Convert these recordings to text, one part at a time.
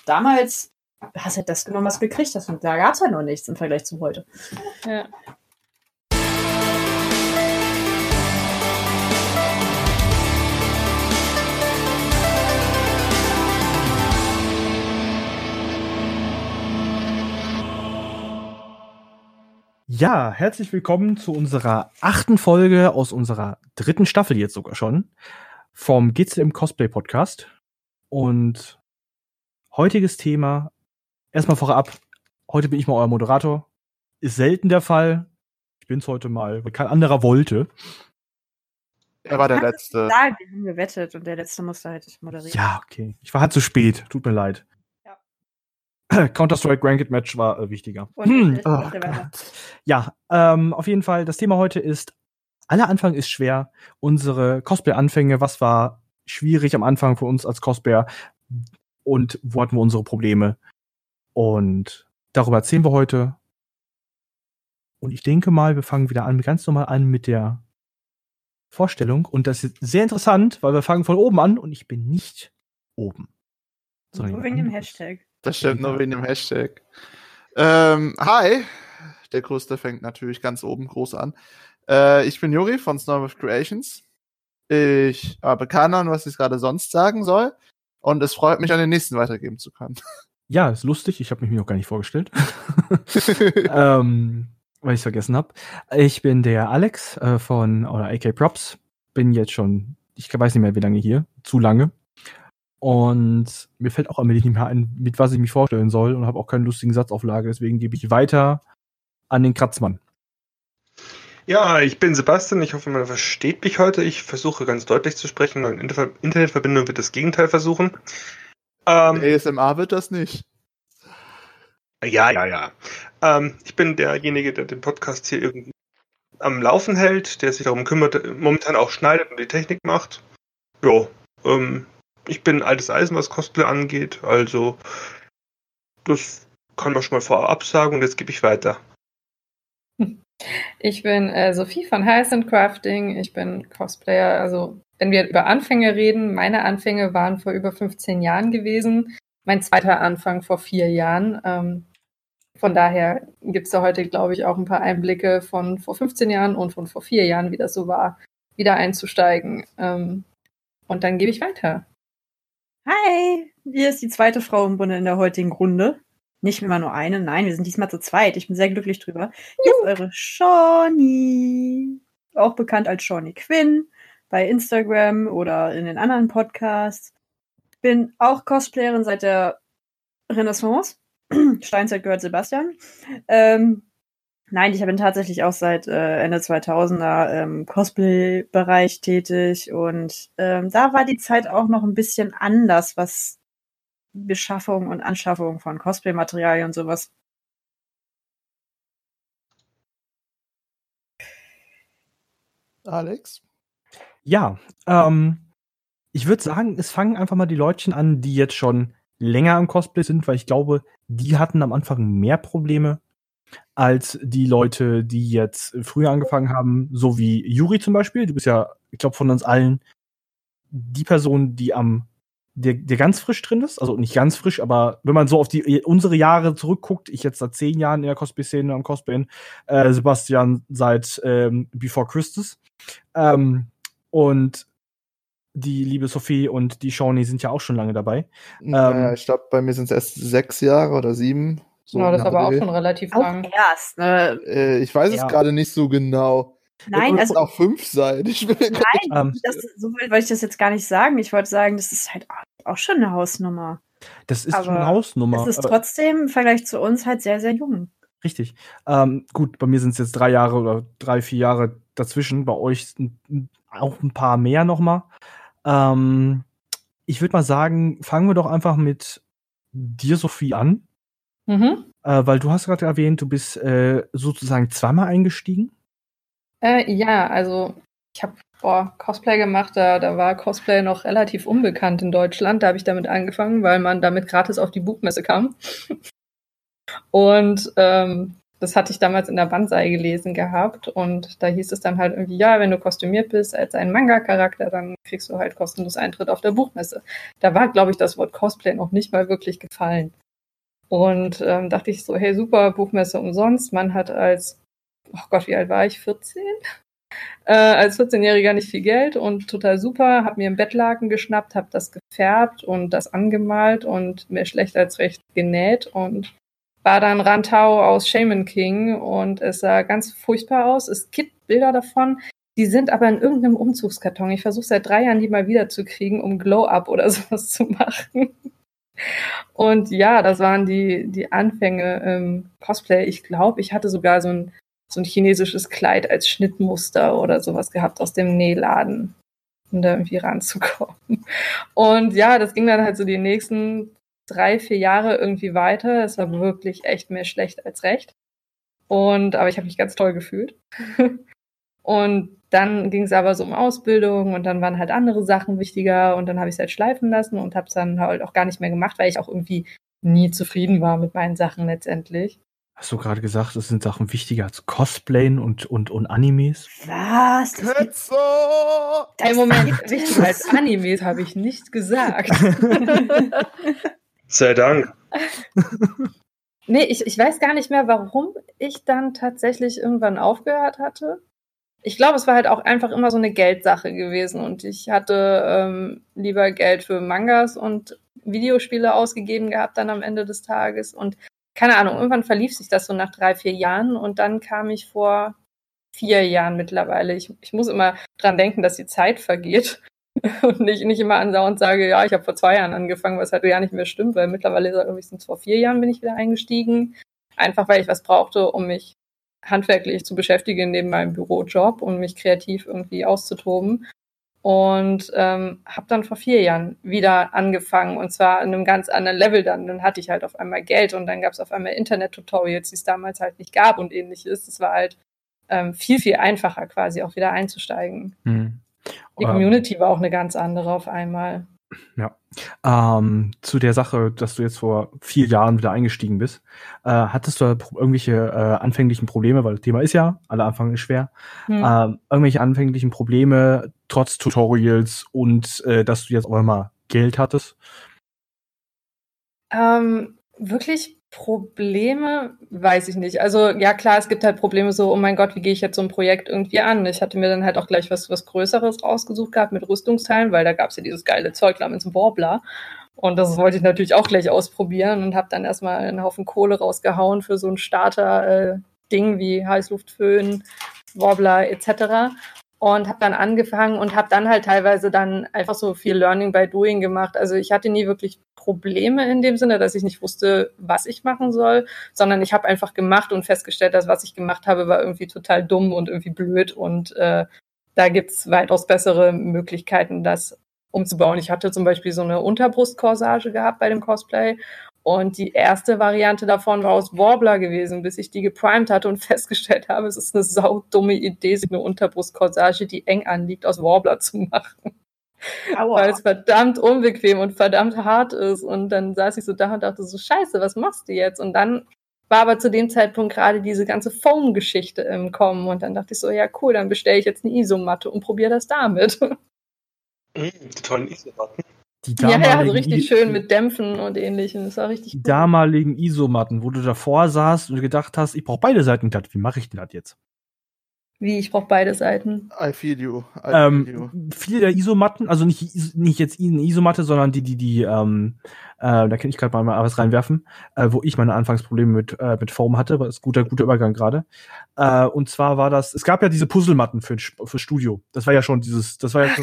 damals hast du halt das genommen, was du gekriegt hast. Und da gab es halt noch nichts im Vergleich zu heute. Ja. Ja, herzlich willkommen zu unserer 8. Folge aus unserer 3. Staffel jetzt sogar schon vom GCM Cosplay Podcast. Und heutiges Thema, erstmal vorab, heute bin ich mal euer Moderator. Ist selten der Fall. Ich bin's heute mal, weil kein anderer wollte. Er war der Letzte. Sagen, wir haben gewettet und der Letzte musste halt moderieren. Ja, okay. Ich war halt zu spät. Tut mir leid. Ja. Counter-Strike Ranked Match war wichtiger. Ja, auf jeden Fall, das Thema heute ist, aller Anfang ist schwer. Unsere Cosplay-Anfänge, was war schwierig am Anfang für uns als Cosplayer und wo hatten wir unsere Probleme. Und darüber erzählen wir heute. Und ich denke mal, wir fangen wieder ganz normal an mit der Vorstellung. Und das ist sehr interessant, weil wir fangen von oben an und ich bin nicht oben. Nur wegen dem Hashtag. Das stimmt, nur wegen dem Hashtag. Hi, der Größte fängt natürlich ganz oben groß an. Ich bin Juri von Snowwolf Creations. Ich habe keine Ahnung, was ich gerade sonst sagen soll. Und es freut mich, an den nächsten weitergeben zu können. Ja, ist lustig. Ich habe mich noch gar nicht vorgestellt. Weil ich es vergessen habe. Ich bin der Alex von AK Props. Bin jetzt schon, ich weiß nicht mehr, wie lange hier. Zu lange. Und mir fällt auch allmählich nicht mehr ein, mit was ich mich vorstellen soll und habe auch keinen lustigen Satz auf Lager. Deswegen gebe ich weiter an den Kratzmann. Ja, ich bin Sebastian. Ich hoffe, man versteht mich heute. Ich versuche ganz deutlich zu sprechen. Meine Internetverbindung wird das Gegenteil versuchen. ASMR wird das nicht. Ja. Ich bin derjenige, der den Podcast hier irgendwie am Laufen hält, der sich darum kümmert, momentan auch schneidet und die Technik macht. Jo, ich bin altes Eisen, was Cosplay angeht, also das kann man schon mal vorab sagen und jetzt gebe ich weiter. Ich bin Sophie von Health and Crafting. Ich bin Cosplayer. Also, wenn wir über Anfänge reden, meine Anfänge waren vor über 15 Jahren gewesen. Mein zweiter Anfang vor 4 Jahren. Von daher gibt es da heute, glaube ich, auch ein paar Einblicke von vor 15 Jahren und von vor 4 Jahren, wie das so war, wieder einzusteigen. Und dann gebe ich weiter. Hi, hier ist die zweite Frau im Bunde in der heutigen Runde. Nicht immer nur eine, nein, wir sind diesmal zu zweit. Ich bin sehr glücklich drüber. Hier ist eure Shawnee. Auch bekannt als Shawnee Quinn bei Instagram oder in den anderen Podcasts. Bin auch Cosplayerin seit der Renaissance. Steinzeit gehört Sebastian. Nein, ich bin tatsächlich auch seit Ende 2000er im Cosplay-Bereich tätig und da war die Zeit auch noch ein bisschen anders, was Beschaffung und Anschaffung von Cosplay-Materialien und sowas. Alex? Ja, ich würde sagen, es fangen einfach mal die Leutchen an, die jetzt schon länger im Cosplay sind, weil ich glaube, die hatten am Anfang mehr Probleme als die Leute, die jetzt früher angefangen haben, so wie Juri zum Beispiel. Du bist ja, ich glaube, von uns allen die Person, die der ganz frisch drin ist. Also nicht ganz frisch, aber wenn man so auf unsere Jahre zurückguckt, ich jetzt seit 10 Jahren in der Cosplay-Szene am Cosplayen, Sebastian seit Before Christus. Und die liebe Sophie und die Shawnee sind ja auch schon lange dabei. Naja, ich glaube, bei mir sind es erst 6 Jahre oder 7. So das ist aber auch schon relativ lang. Erst, ne? Ich weiß es gerade nicht so genau. Nein, also auch 5 sein. So wollte ich das jetzt gar nicht sagen. Ich wollte sagen, das ist halt auch schon eine Hausnummer. Das ist schon eine Hausnummer. Es ist trotzdem im Vergleich zu uns halt sehr, sehr jung. Richtig. Gut, bei mir sind es jetzt 3 Jahre oder 3, 4 Jahre dazwischen. Bei euch auch ein paar mehr noch mal. Ich würde mal sagen, fangen wir doch einfach mit dir, Sophie, an. Weil du hast gerade erwähnt, du bist sozusagen zweimal eingestiegen. Ja, also ich habe Cosplay gemacht, da war Cosplay noch relativ unbekannt in Deutschland. Da habe ich damit angefangen, weil man damit gratis auf die Buchmesse kam. Und Das hatte ich damals in der Banzai gelesen gehabt und da hieß es dann halt irgendwie, ja, wenn du kostümiert bist als ein Manga-Charakter, dann kriegst du halt kostenlos Eintritt auf der Buchmesse. Da war, glaube ich, das Wort Cosplay noch nicht mal wirklich gefallen. Und dachte ich so, hey, super, Buchmesse umsonst. Man hat als, oh Gott, wie alt war ich? 14? Als 14-Jähriger nicht viel Geld und total super. Hab mir einen Bettlaken geschnappt, hab das gefärbt und das angemalt und mehr schlecht als recht genäht und war dann Rantau aus Shaman King und es sah ganz furchtbar aus. Es gibt Bilder davon, die sind aber in irgendeinem Umzugskarton. Ich versuche seit 3 Jahren, die mal wieder zu kriegen, um Glow-Up oder sowas zu machen. Und ja, das waren die Anfänge im Cosplay. Ich glaube, ich hatte sogar so ein chinesisches Kleid als Schnittmuster oder sowas gehabt aus dem Nähladen, um da irgendwie ranzukommen. Und ja, das ging dann halt so die nächsten 3-4 Jahre irgendwie weiter. Es war wirklich echt mehr schlecht als recht. Aber ich habe mich ganz toll gefühlt. Und dann ging es aber so um Ausbildung und dann waren halt andere Sachen wichtiger und dann habe ich es halt schleifen lassen und habe es dann halt auch gar nicht mehr gemacht, weil ich auch irgendwie nie zufrieden war mit meinen Sachen letztendlich. Hast du gerade gesagt, es sind Sachen wichtiger als Cosplayen und Animes? Was? Ketzo! Ein Moment, wichtiger als Animes habe ich nicht gesagt. Sei Dank. Nee, ich weiß gar nicht mehr, warum ich dann tatsächlich irgendwann aufgehört hatte. Ich glaube, es war halt auch einfach immer so eine Geldsache gewesen und ich hatte lieber Geld für Mangas und Videospiele ausgegeben gehabt dann am Ende des Tages und keine Ahnung, irgendwann verlief sich das so nach 3-4 Jahren und dann kam ich vor 4 Jahren mittlerweile. Ich muss immer dran denken, dass die Zeit vergeht und nicht immer andauernd sage, ja, ich habe vor 2 Jahren angefangen, was halt gar nicht mehr stimmt, weil mittlerweile sind vor 4 Jahren bin ich wieder eingestiegen, einfach weil ich was brauchte, um mich handwerklich zu beschäftigen neben meinem Bürojob und mich kreativ irgendwie auszutoben. Und habe dann vor 4 Jahren wieder angefangen und zwar in einem ganz anderen Level dann. Dann hatte ich halt auf einmal Geld und dann gab es auf einmal Internet-Tutorials, die es damals halt nicht gab und ähnliches. Es war halt viel, viel einfacher quasi auch wieder einzusteigen. Die Community war auch eine ganz andere auf einmal. Ja. Zu der Sache, dass du jetzt vor 4 Jahren wieder eingestiegen bist, hattest du irgendwelche anfänglichen Probleme, weil das Thema ist ja, aller Anfang ist schwer, irgendwelche anfänglichen Probleme trotz Tutorials und dass du jetzt auch immer Geld hattest? Wirklich Probleme, weiß ich nicht. Also ja klar, es gibt halt Probleme so, oh mein Gott, wie gehe ich jetzt so ein Projekt irgendwie an? Ich hatte mir dann halt auch gleich was Größeres rausgesucht gehabt mit Rüstungsteilen, weil da gab es ja dieses geile Zeug namens Warbler. Und das wollte ich natürlich auch gleich ausprobieren und habe dann erstmal einen Haufen Kohle rausgehauen für so ein Starter-Ding wie Heißluftföhn, Warbler etc. Und habe dann angefangen und habe dann halt teilweise dann einfach so viel Learning by Doing gemacht. Also ich hatte nie wirklich Probleme in dem Sinne, dass ich nicht wusste, was ich machen soll, sondern ich habe einfach gemacht und festgestellt, dass was ich gemacht habe, war irgendwie total dumm und irgendwie blöd. Und da gibt's weitaus bessere Möglichkeiten, das umzubauen. Ich hatte zum Beispiel so eine Unterbrustkorsage gehabt bei dem Cosplay. Und die erste Variante davon war aus Warbler gewesen, bis ich die geprimed hatte und festgestellt habe, es ist eine saudumme Idee, sich eine Unterbrustkorsage, die eng anliegt, aus Warbler zu machen. Aua. Weil es verdammt unbequem und verdammt hart ist. Und dann saß ich so da und dachte so, scheiße, was machst du jetzt? Und dann war aber zu dem Zeitpunkt gerade diese ganze Foam-Geschichte im Kommen. Und dann dachte ich so, ja cool, dann bestelle ich jetzt eine Isomatte und probiere das damit. Die tollen Isomatten. Ja, so richtig schön mit Dämpfen und Ähnlichem. Das war richtig cool. Die damaligen Isomatten, wo du davor saßt und gedacht hast, ich brauche beide Seiten glatt. Wie mache ich denn das jetzt? Wie, ich brauche beide Seiten? I feel you. Viele der Isomatten, also nicht jetzt eine Isomatte, sondern da kann ich gerade mal was reinwerfen, wo ich meine Anfangsprobleme mit Foam hatte, aber ist guter Übergang gerade. Und zwar war es gab ja diese Puzzlematten für Studio. Das war ja schon das war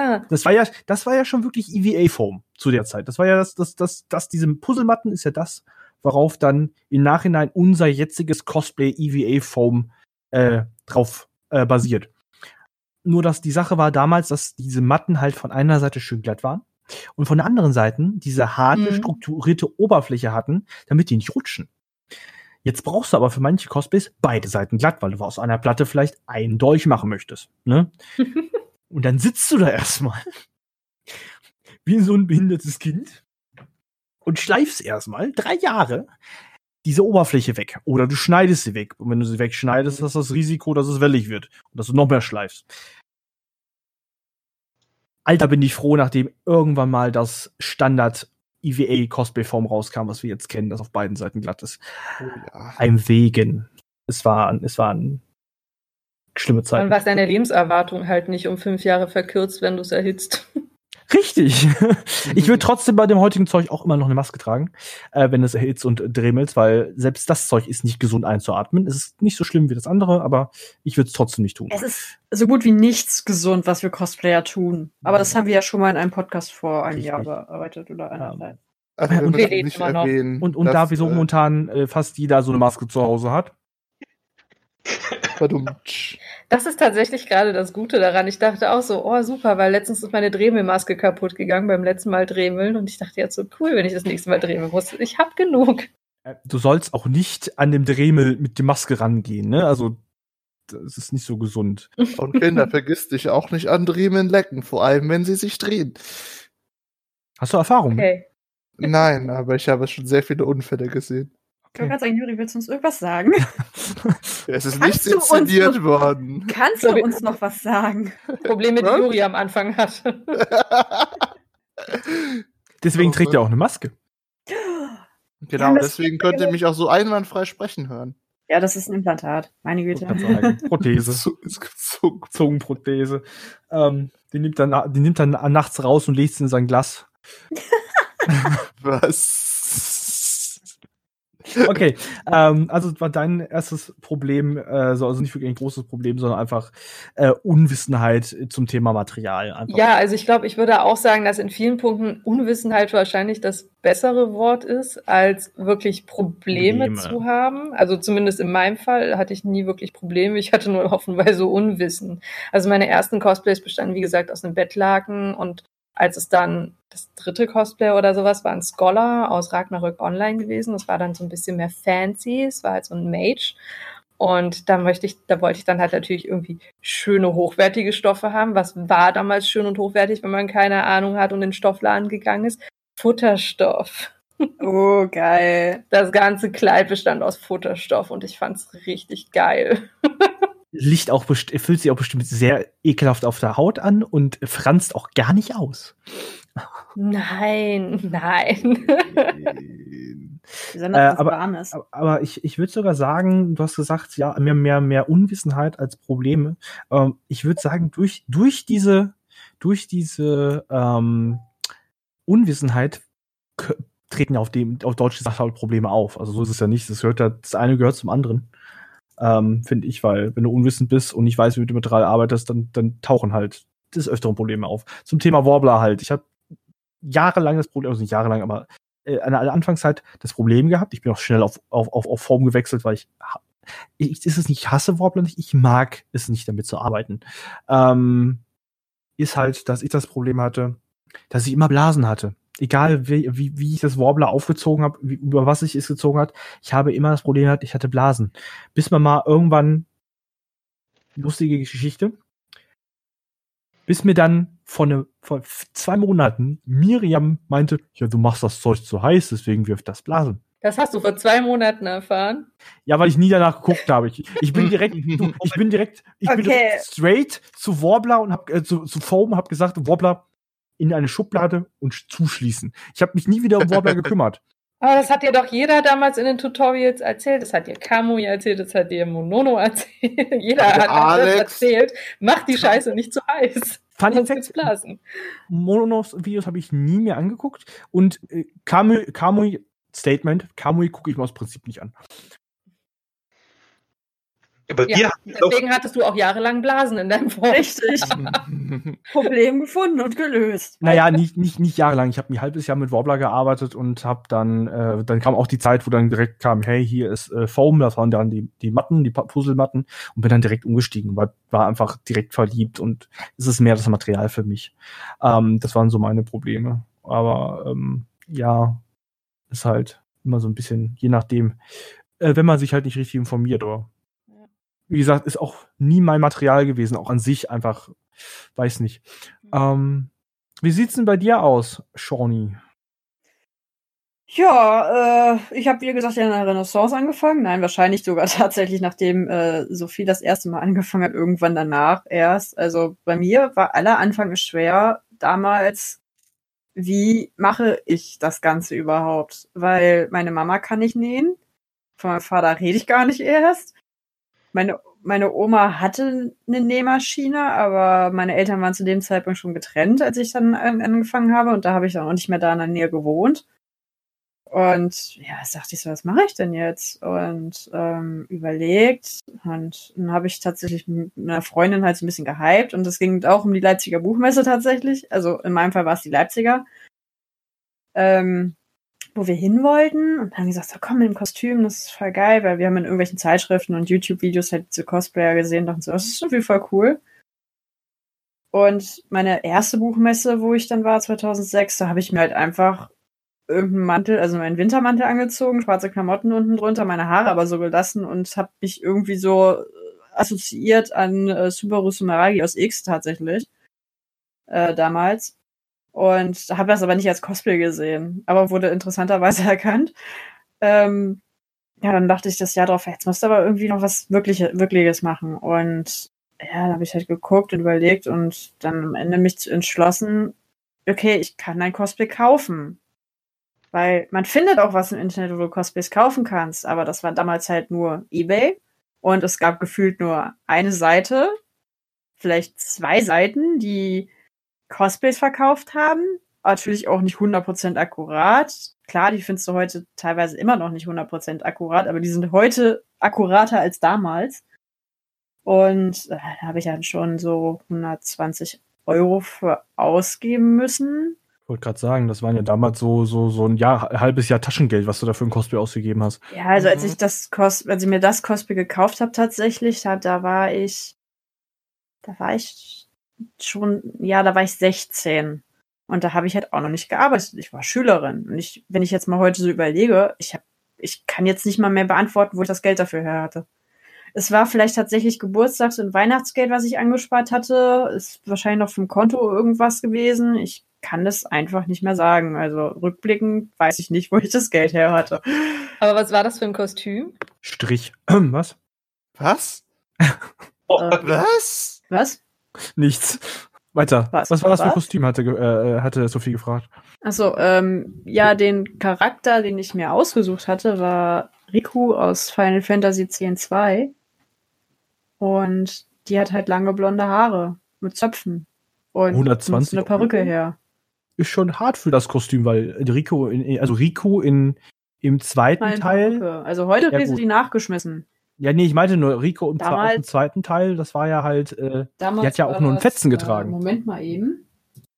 ja schon wirklich EVA-Foam zu der Zeit. Das war ja diese Puzzlematten ist ja das, worauf dann im Nachhinein unser jetziges Cosplay EVA-Foam drauf basiert. Nur, dass die Sache war damals, dass diese Matten halt von einer Seite schön glatt waren und von der anderen Seite diese harte, strukturierte Oberfläche hatten, damit die nicht rutschen. Jetzt brauchst du aber für manche Cosplays beide Seiten glatt, weil du aus einer Platte vielleicht einen Dolch machen möchtest. Ne? Und dann sitzt du da erstmal wie so ein behindertes Kind und schleifst erstmal 3 Jahre diese Oberfläche weg. Oder du schneidest sie weg. Und wenn du sie wegschneidest, hast du das Risiko, dass es wellig wird. Und dass du noch mehr schleifst. Alter, bin ich froh, nachdem irgendwann mal das Standard EVA-Cosplay-Form rauskam, was wir jetzt kennen, das auf beiden Seiten glatt ist. Oh ja. Ein Segen. Es war eine schlimme Zeit. Dann war deine Lebenserwartung halt nicht um 5 Jahre verkürzt, wenn du es erhitzt. Richtig. Ich würde trotzdem bei dem heutigen Zeug auch immer noch eine Maske tragen, wenn es erhitzt und dremelt, weil selbst das Zeug ist nicht gesund einzuatmen. Es ist nicht so schlimm wie das andere, aber ich würde es trotzdem nicht tun. Es ist so gut wie nichts gesund, was wir Cosplayer tun. Aber das haben wir ja schon mal in einem Podcast vor einem Jahr bearbeitet oder anderthalb. Also wir Und müssen wir nicht leben immer noch. erwähnen, Und da wieso momentan fast jeder so eine Maske zu Hause hat. verdammt. Das ist tatsächlich gerade das Gute daran. Ich dachte auch so, oh super, weil letztens ist meine Dremelmaske kaputt gegangen beim letzten Mal Dremeln und ich dachte jetzt so, cool, wenn ich das nächste Mal dremeln muss. Ich hab genug. Du sollst auch nicht an dem Dremel mit der Maske rangehen, ne? Also, das ist nicht so gesund. Und Kinder, vergiss dich auch nicht an Driemen lecken, vor allem wenn sie sich drehen. Hast du Erfahrung? Okay. Nein, aber ich habe schon sehr viele Unfälle gesehen. Ich wollte gerade sagen, Juri, willst du uns irgendwas sagen? Es ist Kannst nichts du uns inszeniert noch- worden. Kannst du uns noch was sagen? Probleme, die Was? Juri am Anfang hatte. Deswegen trägt er auch eine Maske. Genau, Ja, das- deswegen könnt ihr mich auch so einwandfrei sprechen hören. Ja, das ist ein Implantat. Meine Ich Güte. kann sagen. Prothese. Ist gezogen. Zungenprothese. Die nimmt dann nachts raus und legt sie in sein Glas. Was? Okay, also war dein erstes Problem, also nicht wirklich ein großes Problem, sondern einfach Unwissenheit zum Thema Material. Einfach. Ja, also ich glaube, ich würde auch sagen, dass in vielen Punkten Unwissenheit wahrscheinlich das bessere Wort ist, als wirklich Probleme zu haben. Also zumindest in meinem Fall hatte ich nie wirklich Probleme. Ich hatte nur hoffenweise Unwissen. Also meine ersten Cosplays bestanden, wie gesagt, aus einem Bettlaken und als es dann das 3. Cosplay oder sowas war, ein Scholar aus Ragnarök Online gewesen. Das war dann so ein bisschen mehr fancy. Es war halt so ein Mage. Und da wollte ich dann halt natürlich irgendwie schöne, hochwertige Stoffe haben. Was war damals schön und hochwertig, wenn man keine Ahnung hat und in den Stoffladen gegangen ist? Futterstoff. Oh, geil. Das ganze Kleid bestand aus Futterstoff und ich fand's richtig geil. Fühlt sich auch bestimmt sehr ekelhaft auf der Haut an und franzt auch gar nicht aus. Nein. Besonders, dass aber- es warm ist. Aber ich würde sogar sagen, du hast gesagt, ja, mehr Unwissenheit als Probleme. Ich würde sagen, durch diese Unwissenheit treten ja auf Deutsch gesagt halt Probleme auf. Also so ist es ja nicht. Das eine gehört zum anderen. Finde ich, weil wenn du unwissend bist und nicht weißt, wie du mit Material arbeitest, dann tauchen halt des Öfteren Probleme auf. Zum Thema Warbler halt. Ich habe jahrelang das Problem, also nicht jahrelang, aber an der Anfangszeit das Problem gehabt. Ich bin auch schnell auf Form gewechselt, weil ich hasse Warbler nicht, ich mag es nicht, damit zu arbeiten. Ist halt, dass ich das Problem hatte, dass ich immer Blasen hatte. Egal wie ich das Warbler aufgezogen habe, über was ich es gezogen hat, ich habe immer das Problem gehabt, ich hatte Blasen. Bis man mal irgendwann, lustige Geschichte, bis mir dann vor 2 Monaten Miriam meinte, ja, du machst das Zeug zu heiß, deswegen wirft das Blasen. Das hast du vor 2 Monaten erfahren? Ja, weil ich nie danach geguckt habe. Ich bin direkt straight zu Warbler und hab zu Foam und hab gesagt, Warbler in eine Schublade und zuschließen. Ich habe mich nie wieder um Warbler gekümmert. Aber das hat dir doch jeder damals in den Tutorials erzählt. Das hat dir Kamui erzählt, das hat dir Monono erzählt. Jeder hat Alex das erzählt. Mach die Scheiße nicht zu heiß. Fun Sonst Fact, gibt's Blasen. Monos Videos habe ich nie mehr angeguckt und Kamui Statement, Kamui gucke ich mir aus Prinzip nicht an. Aber Ja, deswegen hattest du auch jahrelang Blasen in deinem Form. Richtig. Problem gefunden und gelöst. Naja, nicht jahrelang. Ich habe ein halbes Jahr mit Warbler gearbeitet und habe dann kam auch die Zeit, wo dann direkt kam, hey, hier ist Foam, das waren dann die Matten, die Puzzlematten und bin dann direkt umgestiegen, war einfach direkt verliebt und es ist mehr das Material für mich. Das waren so meine Probleme. Aber ja, ist halt immer so ein bisschen, je nachdem, wenn man sich halt nicht richtig informiert, oder wie gesagt, ist auch nie mein Material gewesen, auch an sich einfach, weiß nicht. Wie sieht's denn bei dir aus, Shawnee? Ja, ich habe, wie gesagt, in der Renaissance angefangen. Nein, wahrscheinlich sogar tatsächlich, nachdem Sophie das erste Mal angefangen hat, irgendwann danach erst. Also bei mir war aller Anfang schwer damals, wie mache ich das Ganze überhaupt? Weil meine Mama kann nicht nähen. Von meinem Vater rede ich gar nicht erst. Meine Oma hatte eine Nähmaschine, aber meine Eltern waren zu dem Zeitpunkt schon getrennt, als ich dann angefangen habe. Und da habe ich dann auch nicht mehr da in der Nähe gewohnt. Und ja, dachte ich so, was mache ich denn jetzt? Und überlegt. Und dann habe ich tatsächlich mit einer Freundin halt so ein bisschen gehypt. Und es ging auch um die Leipziger Buchmesse tatsächlich. Also in meinem Fall war es die Leipziger. Wo wir hin wollten und haben gesagt, so, komm mit dem Kostüm, das ist voll geil, weil wir haben in irgendwelchen Zeitschriften und YouTube-Videos halt diese Cosplayer gesehen und dachten so, das ist irgendwie voll cool. Und meine erste Buchmesse, wo ich dann war, 2006, da habe ich mir halt einfach irgendeinen Mantel, also meinen Wintermantel angezogen, schwarze Klamotten unten drunter, meine Haare aber so gelassen und habe mich irgendwie so assoziiert an Subaru Sumeragi aus X tatsächlich, damals. Und habe das aber nicht als Cosplay gesehen, aber wurde interessanterweise erkannt. Ja, dann dachte ich das Jahr drauf, jetzt musst du aber irgendwie noch was Wirkliches machen. Und ja, da habe ich halt geguckt und überlegt und dann am Ende mich entschlossen, okay, ich kann ein Cosplay kaufen. Weil man findet auch was im Internet, wo du Cosplays kaufen kannst, aber das war damals halt nur eBay und es gab gefühlt nur eine Seite, vielleicht 2 Seiten, die Cosplays verkauft haben. Natürlich auch nicht 100% akkurat. Klar, die findest du heute teilweise immer noch nicht 100% akkurat, aber die sind heute akkurater als damals. Und da habe ich dann schon so 120 € für ausgeben müssen. Ich wollte gerade sagen, das waren ja damals so ein halbes Jahr Taschengeld, was du da für ein Cosplay ausgegeben hast. Ja, also als ich mir das Cosplay gekauft habe tatsächlich, da war ich schon, ja, da war ich 16. Und da habe ich halt auch noch nicht gearbeitet. Ich war Schülerin. Und wenn ich jetzt mal heute so überlege, ich kann jetzt nicht mal mehr beantworten, wo ich das Geld dafür her hatte. Es war vielleicht tatsächlich Geburtstags- und Weihnachtsgeld, was ich angespart hatte. Ist wahrscheinlich noch vom Konto irgendwas gewesen. Ich kann das einfach nicht mehr sagen. Also rückblickend weiß ich nicht, wo ich das Geld her hatte. Aber was war das für ein Kostüm? Strich. Was? Was? Was? Was? Nichts. Weiter. Was war das für ein Was? Kostüm, hatte Sophie gefragt. Achso, ja, den Charakter, den ich mir ausgesucht hatte, war Riku aus Final Fantasy X-2. Und die hat halt lange blonde Haare mit Zöpfen. Und 120 eine Perücke her. Ist schon hart für das Kostüm, weil Riku im zweiten Teil. Perücke. Also heute kriegst du die nachgeschmissen. Ja, nee, ich meinte nur Rico und Damals, zwar im zweiten Teil, das war ja halt, die hat ja auch nur einen Fetzen getragen. Moment mal eben.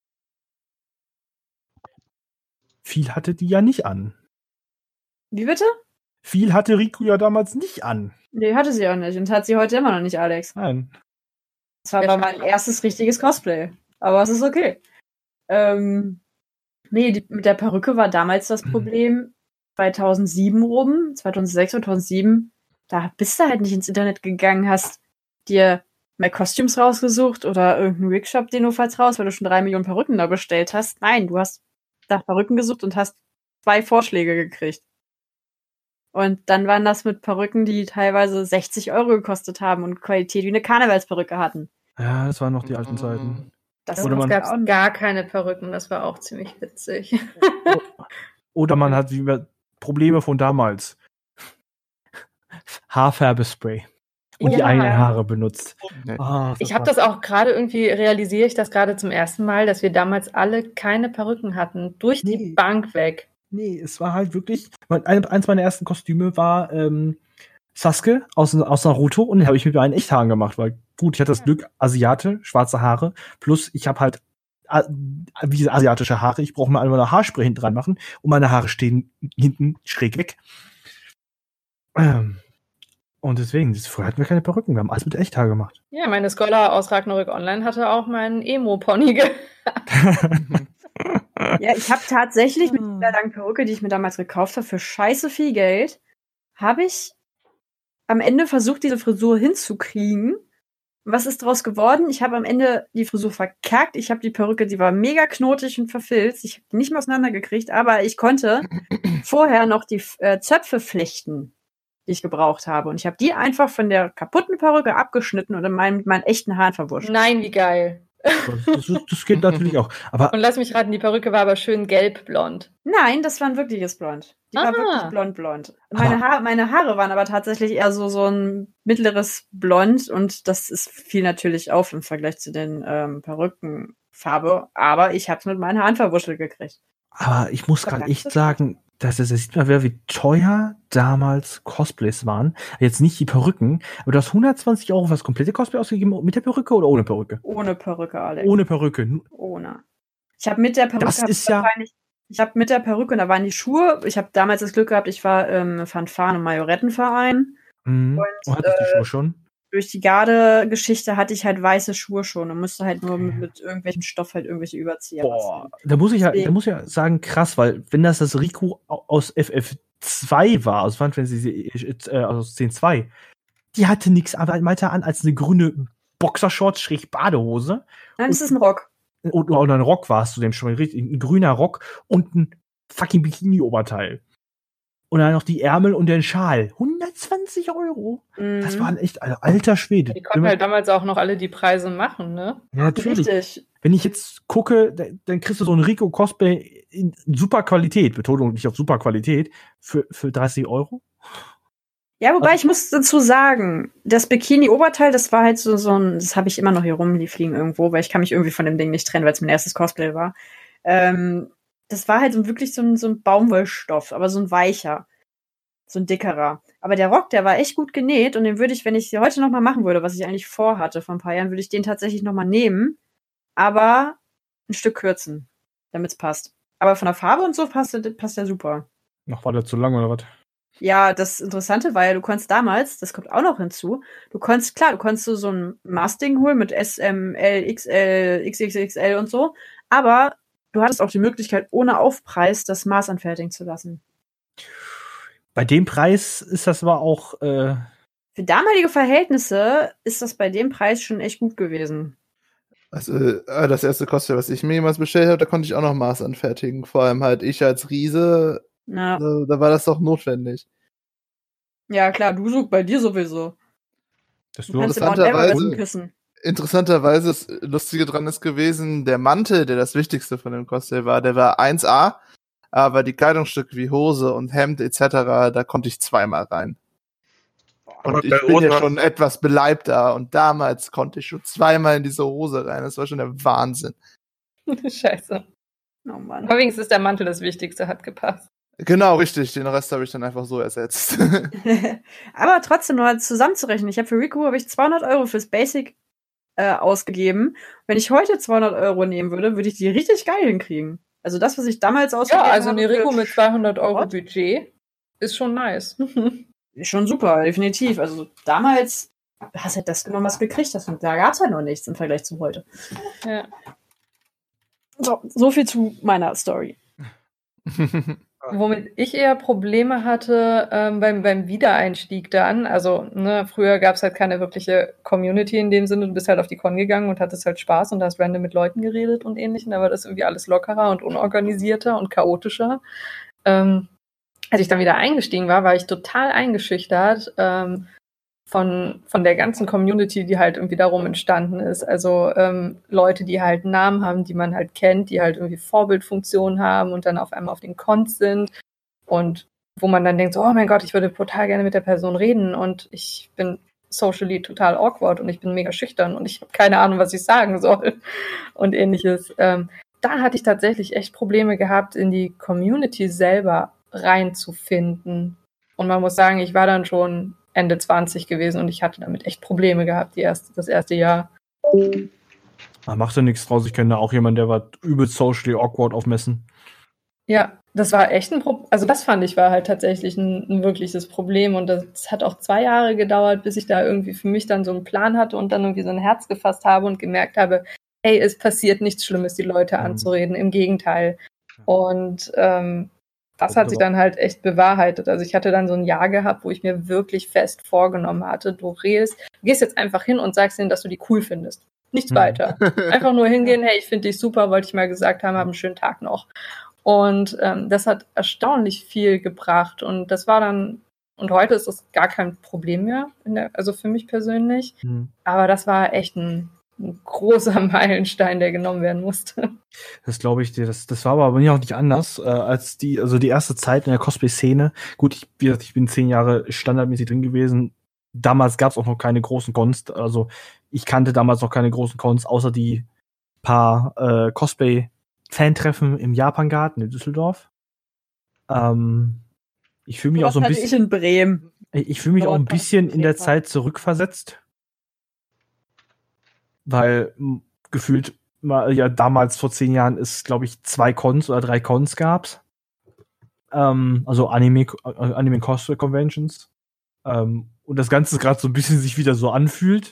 Viel hatte die ja nicht an. Wie bitte? Viel hatte Rico ja damals nicht an. Nee, hatte sie auch nicht. Und hat sie heute immer noch nicht, Alex. Nein. Das war mein erstes richtiges Cosplay. Aber es ist okay. Nee, mit der Perücke war damals das Problem 2007 rum, 2006, 2007. Da bist du halt nicht ins Internet gegangen, hast dir mehr Costumes rausgesucht oder irgendeinen Wigshop, den du vertraust, weil du schon 3 Millionen Perücken da bestellt hast. Nein, du hast nach Perücken gesucht und hast 2 Vorschläge gekriegt. Und dann waren das mit Perücken, die teilweise 60 € gekostet haben und Qualität wie eine Karnevalsperücke hatten. Ja, das waren noch die alten Zeiten. Es gab gar keine Perücken, das war auch ziemlich witzig. Oder man hat Probleme von damals. Haarfärbespray. Und die eigenen Haare benutzt. Nee. Ich habe das auch gerade realisiere ich das gerade zum ersten Mal, dass wir damals alle keine Perücken hatten. Durch die Bank weg. Nee, es war halt wirklich, eins meiner ersten Kostüme war Sasuke aus Naruto und den habe ich mit meinen Echthaaren gemacht, weil gut, ich hatte das Glück, Asiate, schwarze Haare, plus ich habe halt wie asiatische Haare, ich brauche mal einmal eine Haarspray hinten dran machen und meine Haare stehen hinten schräg weg. Und deswegen, früher hatten wir keine Perücken, wir haben alles mit Echthaar gemacht. Ja, meine Scholar aus Ragnarök Online hatte auch meinen Emo-Pony gehabt. Ja, ich habe tatsächlich mit dieser langen Perücke, die ich mir damals gekauft habe, für scheiße viel Geld, habe ich am Ende versucht, diese Frisur hinzukriegen. Was ist draus geworden? Ich habe am Ende die Frisur verkackt. Ich habe die Perücke, die war mega knotig und verfilzt. Ich habe die nicht mehr auseinandergekriegt, aber ich konnte vorher noch die Zöpfe flechten, die ich gebraucht habe. Und ich habe die einfach von der kaputten Perücke abgeschnitten und in meinen echten Haaren verwurscht. Nein, wie geil. Das geht natürlich auch. Aber Und lass mich raten, die Perücke war aber schön gelb-blond. Nein, das war ein wirkliches Blond. Die war wirklich blond. Meine Haare waren aber tatsächlich eher so ein mittleres Blond und das fiel natürlich auf im Vergleich zu den Perückenfarbe. Aber ich habe es mit meinen Haaren verwurschtelt gekriegt. Aber ich muss gerade echt sagen, das sieht man wieder, wie teuer damals Cosplays waren. Jetzt nicht die Perücken, aber du hast 120 € für das komplette Cosplay ausgegeben, mit der Perücke oder ohne Perücke? Ohne Perücke, Alex. Ohne Perücke. Ohne. Ich habe mit der Perücke, Ich habe mit der Perücke, und da waren die Schuhe. Ich habe damals das Glück gehabt, ich war im Fanfaren- und Majorettenverein. Und hattest die Schuhe schon? Durch die Garde-Geschichte hatte ich halt weiße Schuhe schon und musste halt nur mit irgendwelchem Stoff halt irgendwelche Überzieher basteln. Da muss ich ja sagen, krass, weil wenn das Riku aus FF2 war, aus Final Fantasy aus 10.2, die hatte nichts weiter an als eine grüne Boxershorts-Badehose. Nein, das ist ein Rock. Oder ein Rock war es zu dem schon, richtig, ein grüner Rock und ein fucking Bikini-Oberteil. Und dann noch die Ärmel und den Schal. 120 €. Das waren echt, alter Schwede. Die konnten halt damals auch noch alle die Preise machen, ne? Ja, natürlich. Richtig. Wenn ich jetzt gucke, dann kriegst du so ein Rico-Cosplay in super Qualität, Betonung nicht auf super Qualität, für 30 €. Ja, wobei ich muss dazu sagen, das Bikini-Oberteil, das war halt so ein, das habe ich immer noch hier rumfliegen irgendwo, weil ich kann mich irgendwie von dem Ding nicht trennen, weil es mein erstes Cosplay war. Das war halt wirklich so ein Baumwollstoff, aber so ein weicher. So ein dickerer. Aber der Rock, der war echt gut genäht und den würde ich, wenn ich den heute nochmal machen würde, was ich eigentlich vorhatte vor ein paar Jahren, würde ich den tatsächlich nochmal nehmen, aber ein Stück kürzen, damit es passt. Aber von der Farbe und so passt der super. Noch war der zu lang oder was? Ja, das Interessante war ja, du konntest damals, das kommt auch noch hinzu, du konntest so ein Maßding holen mit S, M, L, XL, XXXL und so, aber du hattest auch die Möglichkeit, ohne Aufpreis das Maß anfertigen zu lassen. Bei dem Preis ist das aber auch für damalige Verhältnisse ist das bei dem Preis schon echt gut gewesen. Also, das erste Cosplay, was ich mir jemals bestellt habe, da konnte ich auch noch Maß anfertigen. Vor allem halt ich als Riese, Ja. da war das doch notwendig. Ja, klar, bei dir sowieso. Das Du kannst den Mount Everest küssen. Interessanterweise, das Lustige dran ist gewesen, der Mantel, der das Wichtigste von dem Cosplay war, der war 1A, aber die Kleidungsstücke wie Hose und Hemd etc., da konnte ich 2-mal rein. Und ich bin ja schon etwas beleibter und damals konnte ich schon 2-mal in diese Hose rein. Das war schon der Wahnsinn. Scheiße. Oh Mann. Aber wenigstens ist der Mantel das Wichtigste, hat gepasst. Genau, richtig. Den Rest habe ich dann einfach so ersetzt. Aber trotzdem noch zusammenzurechnen. Ich habe für Riku 200 € fürs Basic ausgegeben. Wenn ich heute 200 € nehmen würde, würde ich die richtig geil hinkriegen. Also das, was ich damals ausgegeben habe. Ja, also eine Riku mit 200 € Budget ist schon nice. Ist schon super, definitiv. Also damals hast du halt das genommen, was du gekriegt hast. Und da gab es halt noch nichts im Vergleich zu heute. Ja. So viel zu meiner Story. Womit ich eher Probleme hatte beim Wiedereinstieg dann, also früher gab es halt keine wirkliche Community in dem Sinne, du bist halt auf die Con gegangen und hattest halt Spaß und hast random mit Leuten geredet und ähnlichen, da war das irgendwie alles lockerer und unorganisierter und chaotischer. Als ich dann wieder eingestiegen war ich total eingeschüchtert von der ganzen Community, die halt irgendwie darum entstanden ist. Also Leute, die halt Namen haben, die man halt kennt, die halt irgendwie Vorbildfunktionen haben und dann auf einmal auf den Cons sind und wo man dann denkt, so, oh mein Gott, ich würde total gerne mit der Person reden und ich bin socially total awkward und ich bin mega schüchtern und ich habe keine Ahnung, was ich sagen soll und ähnliches. Da hatte ich tatsächlich echt Probleme gehabt, in die Community selber reinzufinden. Und man muss sagen, ich war dann schon Ende 20 gewesen und ich hatte damit echt Probleme gehabt, das erste Jahr. Macht ja nichts draus. Ich kenne da auch jemanden, der war übelst socially awkward auf Messen. Ja, das war echt ein Problem. Also das fand ich war halt tatsächlich ein wirkliches Problem und das hat auch 2 Jahre gedauert, bis ich da irgendwie für mich dann so einen Plan hatte und dann irgendwie so ein Herz gefasst habe und gemerkt habe, ey, es passiert nichts Schlimmes, die Leute anzureden, im Gegenteil. Und Das hat sich dann halt echt bewahrheitet. Also ich hatte dann so ein Jahr gehabt, wo ich mir wirklich fest vorgenommen hatte, du gehst jetzt einfach hin und sagst ihnen, dass du die cool findest. Nichts weiter. Einfach nur hingehen, hey, ich finde dich super, wollte ich mal gesagt haben, einen schönen Tag noch. Und das hat erstaunlich viel gebracht. Und das war dann, und heute ist das gar kein Problem mehr, also für mich persönlich. Aber das war echt ein großer Meilenstein, der genommen werden musste. Das glaube ich dir. Das war aber bei mir auch nicht anders als die erste Zeit in der Cosplay-Szene. Gut, ich bin 10 Jahre standardmäßig drin gewesen. Damals gab es auch noch keine großen Cons. Also ich kannte damals noch keine großen Cons, außer die paar Cosplay-Fan-Treffen im Japan-Garten in Düsseldorf. Ich fühle mich auch so ein bisschen. Ich in Bremen. Ich fühle mich auch ein bisschen in der Zeit zurückversetzt. Weil gefühlt damals vor 10 Jahren es, glaube ich, 2 Cons oder 3 Cons gab's. Also Anime Cosplay Conventions. Und das Ganze gerade so ein bisschen sich wieder so anfühlt.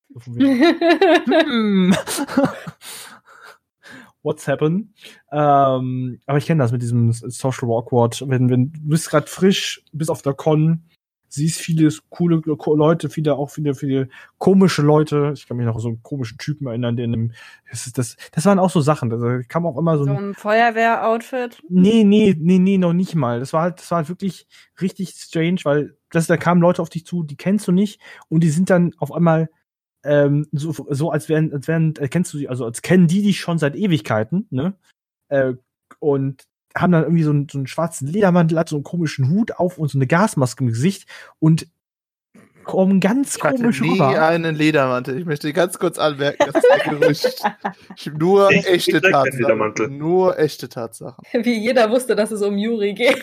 What's happened? Aber ich kenne das mit diesem Social Awkward. Wenn du bist gerade frisch, bist auf der Con, siehst viele coole Leute, viele komische Leute. Ich kann mich noch so einen komischen Typen erinnern, das waren auch so Sachen. Da kam auch immer so ein Feuerwehr-Outfit? Nee, noch nicht mal. Das war halt wirklich richtig strange, weil da kamen Leute auf dich zu, die kennst du nicht und die sind dann auf einmal so als kennst du die, also als kennen die dich schon seit Ewigkeiten, ne? Und haben dann irgendwie so einen schwarzen Ledermantel, hat so einen komischen Hut auf und so eine Gasmaske im Gesicht und kommen ganz komisch rüber. Ich hatte nie einen Ledermantel. Ich möchte ganz kurz anmerken, das ist ein Gerücht. Nur echte Tatsachen. Nur echte Tatsachen. Wie jeder wusste, dass es um Yuri geht.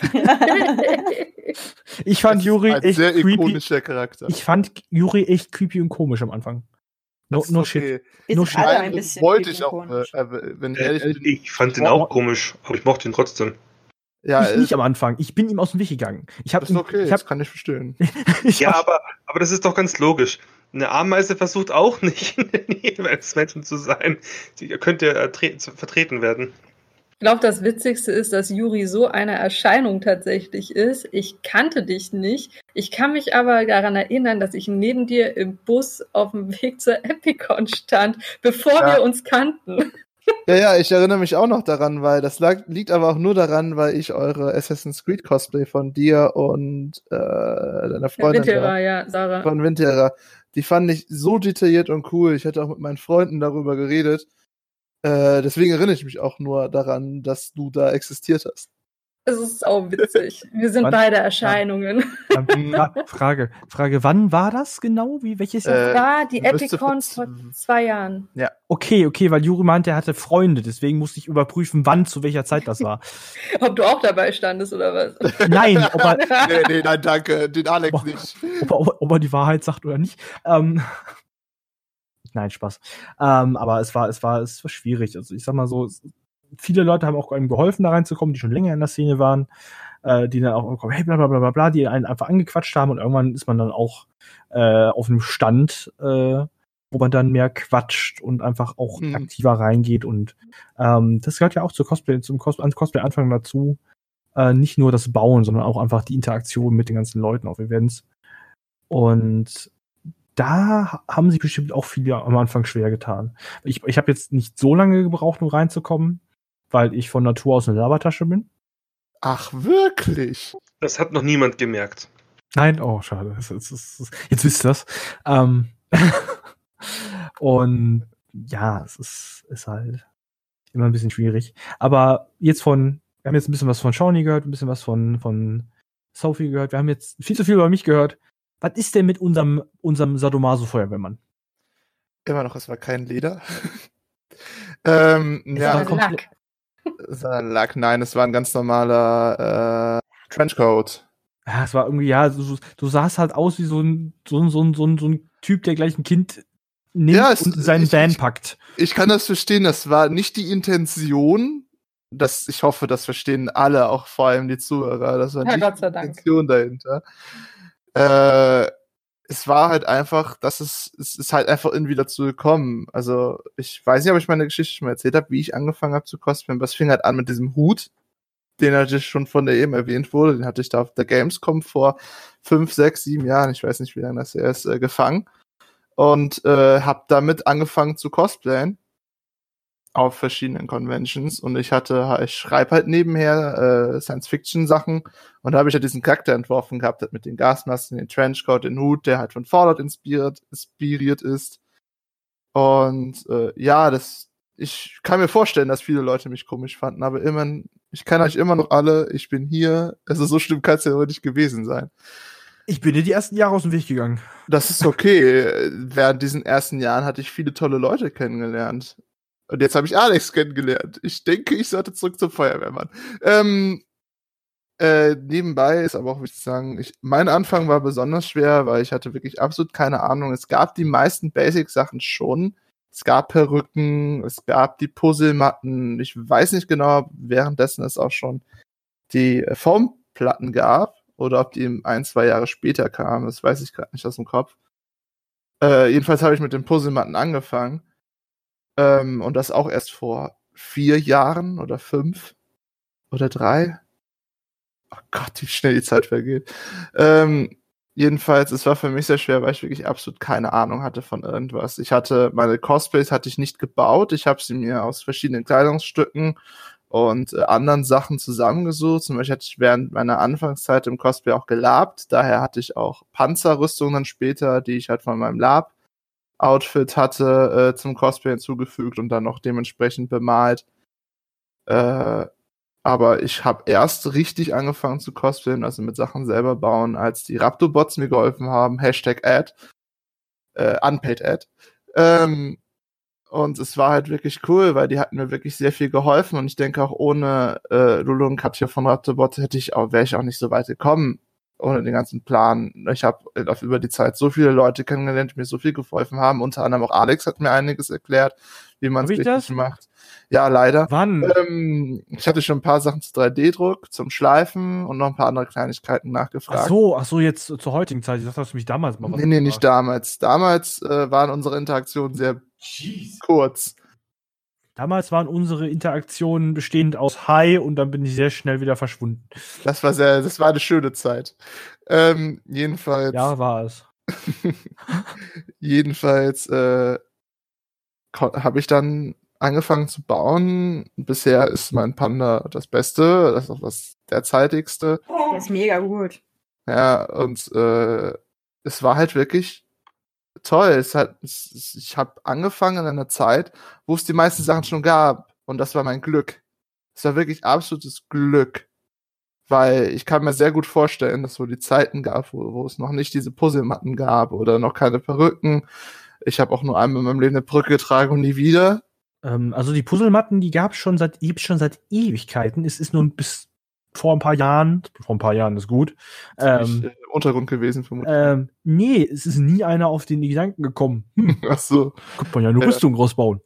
Ich fand Yuri ein echt sehr creepy. ikonischer Charakter. Ich fand Yuri echt creepy und komisch am Anfang. No shit. No shit. Ein bisschen wollte ich auch, wenn ich ehrlich bin. Ich fand den auch komisch, aber ich mochte ihn trotzdem. Ja, ich nicht am Anfang. Ich bin ihm aus dem Weg gegangen. Das kann ich verstehen. Ja, aber das ist doch ganz logisch. Eine Ameise versucht auch nicht, in der Nähe eines Menschen zu sein. Sie könnte vertreten werden. Ich glaube, das Witzigste ist, dass Yuri so eine Erscheinung tatsächlich ist. Ich kannte dich nicht. Ich kann mich aber daran erinnern, dass ich neben dir im Bus auf dem Weg zur Epicon stand, bevor wir uns kannten. Ja, ich erinnere mich auch noch daran, weil das liegt aber auch nur daran, weil ich eure Assassin's Creed Cosplay von dir und deiner Freundin Sarah. Von Wintera, die fand ich so detailliert und cool. Ich hatte auch mit meinen Freunden darüber geredet. Deswegen erinnere ich mich auch nur daran, dass du da existiert hast. Es ist auch witzig. Wir sind beide Erscheinungen. Frage, wann war das genau? Welches Jahr? War die Epicon vor 2 Jahren. Ja. Okay, weil Yuri meinte, er hatte Freunde, deswegen musste ich überprüfen, wann, zu welcher Zeit das war. Ob du auch dabei standest oder was? Nein, nein, danke, den Alex nicht. Ob er die Wahrheit sagt oder nicht. Nein, Spaß. Aber es war schwierig. Also ich sag mal so, viele Leute haben auch einem geholfen, da reinzukommen, die schon länger in der Szene waren, die dann auch kommen, hey, bla bla bla bla, die einen einfach angequatscht haben und irgendwann ist man dann auch auf einem Stand, wo man dann mehr quatscht und einfach auch aktiver reingeht und das gehört ja auch zum Cosplay-Anfang dazu. Nicht nur das Bauen, sondern auch einfach die Interaktion mit den ganzen Leuten auf Events. Und da haben sich bestimmt auch viele am Anfang schwer getan. Ich habe jetzt nicht so lange gebraucht, um reinzukommen, weil ich von Natur aus eine Labertasche bin. Ach, wirklich? Das hat noch niemand gemerkt. Nein, oh, schade. Jetzt wisst ihr das. Und ja, es ist halt immer ein bisschen schwierig. Aber wir haben jetzt ein bisschen was von Shawnee gehört, ein bisschen was von Sophie gehört. Wir haben jetzt viel zu viel über mich gehört. Was ist denn mit unserem Sadomaso-Feuerwehrmann? Immer noch, es war kein Leder. Lack. Es war Lack, nein, es war ein ganz normaler Trenchcoat. Ja, es war irgendwie, du sahst halt aus wie so ein Typ, der gleich ein Kind nimmt und seinen Van packt. Ich kann das verstehen, das war nicht die Intention. Ich hoffe, das verstehen alle, auch vor allem die Zuhörer. Das war nicht Gott sei die Dank. Intention dahinter. Es war halt einfach, es ist halt einfach irgendwie dazu gekommen. Also, ich weiß nicht, ob ich meine Geschichte schon mal erzählt habe, wie ich angefangen habe zu cosplayen. Das fing halt an mit diesem Hut. den hatte ich schon von der eben erwähnt wurde, den hatte ich da auf der Gamescom vor 5, 6, 7 Jahren, ich weiß nicht, wie lange das her ist, gefangen. Und habe damit angefangen zu cosplayen auf verschiedenen Conventions. Und ich schreibe halt nebenher Science-Fiction-Sachen. Und da habe ich ja diesen Charakter entworfen gehabt, mit den Gasmasken, den Trenchcoat, den Hut, der halt von Fallout inspiriert ist. Und ich kann mir vorstellen, dass viele Leute mich komisch fanden, aber immerhin, ich kenne euch immer noch alle, ich bin hier. Also so schlimm kann es ja wohl nicht gewesen sein. Ich bin dir die ersten Jahre aus dem Weg gegangen. Das ist okay. Während diesen ersten Jahren hatte ich viele tolle Leute kennengelernt. Und jetzt habe ich Alex kennengelernt. Ich denke, ich sollte zurück zum Feuerwehrmann. Nebenbei ist aber auch wichtig zu sagen, mein Anfang war besonders schwer, weil ich hatte wirklich absolut keine Ahnung. Es gab die meisten Basic-Sachen schon. Es gab Perücken, es gab die Puzzlematten. Ich weiß nicht genau, währenddessen es auch schon die Foamplatten gab oder ob die 1, 2 Jahre später kamen. Das weiß ich gerade nicht aus dem Kopf. Jedenfalls habe ich mit den Puzzlematten angefangen. Und das auch erst vor 4 Jahren oder 5 oder 3. Oh Gott, wie schnell die Zeit vergeht. Jedenfalls, es war für mich sehr schwer, weil ich wirklich absolut keine Ahnung hatte von irgendwas. Meine Cosplays hatte ich nicht gebaut. Ich habe sie mir aus verschiedenen Kleidungsstücken und anderen Sachen zusammengesucht. Zum Beispiel hatte ich während meiner Anfangszeit im Cosplay auch gelabt. Daher hatte ich auch Panzerrüstungen dann später, die ich halt von meinem Lab-Outfit hatte, zum Cosplay hinzugefügt und dann noch dementsprechend bemalt. Aber ich habe erst richtig angefangen zu cosplayen, also mit Sachen selber bauen, als die Raptobots mir geholfen haben. #Ad. Unpaid Ad. Und es war halt wirklich cool, weil die hatten mir wirklich sehr viel geholfen. Und ich denke auch ohne Lulu und Katja von Raptobots wäre ich auch nicht so weit gekommen. Ohne den ganzen Plan. Ich habe über die Zeit so viele Leute kennengelernt, die mir so viel geholfen haben. Unter anderem auch Alex hat mir einiges erklärt, wie man es richtig macht. Ja, leider. Wann? Ich hatte schon ein paar Sachen zu 3D-Druck, zum Schleifen und noch ein paar andere Kleinigkeiten nachgefragt. Ach so, jetzt zur heutigen Zeit. Ich dachte, dass du mich damals mal was Nee, nicht damals. Damals waren unsere Interaktionen sehr kurz. Damals waren unsere Interaktionen bestehend aus Hi und dann bin ich sehr schnell wieder verschwunden. Das war eine schöne Zeit. Jedenfalls. Ja, war es. Jedenfalls habe ich dann angefangen zu bauen. Bisher ist mein Panda das Beste, das ist auch das derzeitigste. Der ist mega gut. Ja, und es war halt wirklich toll. Ich habe angefangen in einer Zeit, wo es die meisten Sachen schon gab. Und das war mein Glück. Es war wirklich absolutes Glück. Weil ich kann mir sehr gut vorstellen, dass es so die Zeiten gab, wo es noch nicht diese Puzzlematten gab oder noch keine Perücken. Ich habe auch nur einmal in meinem Leben eine Perücke getragen und nie wieder. Also die Puzzlematten, die gibt's schon seit Ewigkeiten. Es ist nur bis vor ein paar Jahren ist gut. Untergrund gewesen vermutlich. Nee, es ist nie einer auf den Gedanken gekommen. Ach so. Könnte man ja eine Rüstung rausbauen.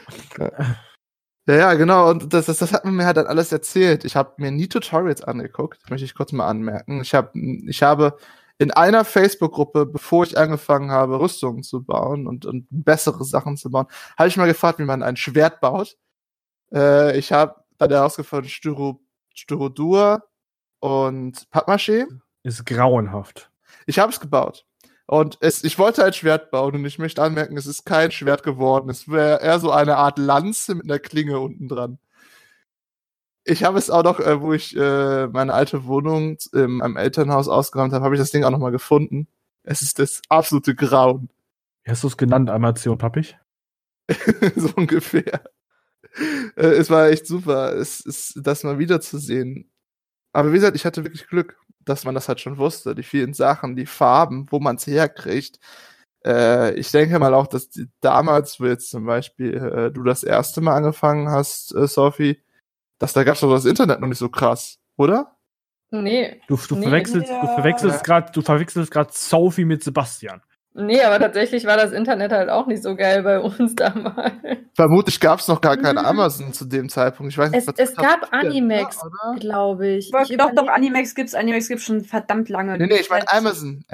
Ja, genau. Und das hat man mir halt dann alles erzählt. Ich habe mir nie Tutorials angeguckt. Das möchte ich kurz mal anmerken. Ich habe in einer Facebook-Gruppe, bevor ich angefangen habe, Rüstungen zu bauen und bessere Sachen zu bauen, habe ich mal gefragt, wie man ein Schwert baut. Ich habe dann herausgefunden, Styrodur und Pappmaché. Ist grauenhaft. Ich habe es gebaut. Und ich wollte ein Schwert bauen und ich möchte anmerken, es ist kein Schwert geworden. Es wäre eher so eine Art Lanze mit einer Klinge unten dran. Ich habe es auch noch, wo ich meine alte Wohnung am Elternhaus ausgeräumt habe ich das Ding auch noch mal gefunden. Es ist das absolute Grauen. Wie hast du es genannt? Amazon Pappig? So ungefähr. Es war echt super, das mal wiederzusehen. Aber wie gesagt, ich hatte wirklich Glück, dass man das halt schon wusste. Die vielen Sachen, die Farben, wo man es herkriegt. Ich denke mal auch, dass damals, wo jetzt zum Beispiel du das erste Mal angefangen hast, Sophie, dass da gab's doch das Internet noch nicht so krass, oder? Nee. Du verwechselst gerade Sophie mit Sebastian. Nee, aber tatsächlich war das Internet halt auch nicht so geil bei uns damals. Vermutlich gab es noch gar kein Amazon zu dem Zeitpunkt. Ich weiß nicht, es gab Animex, glaube ich. Doch, Animex gibt's schon verdammt lange. Nee, ich meine Amazon.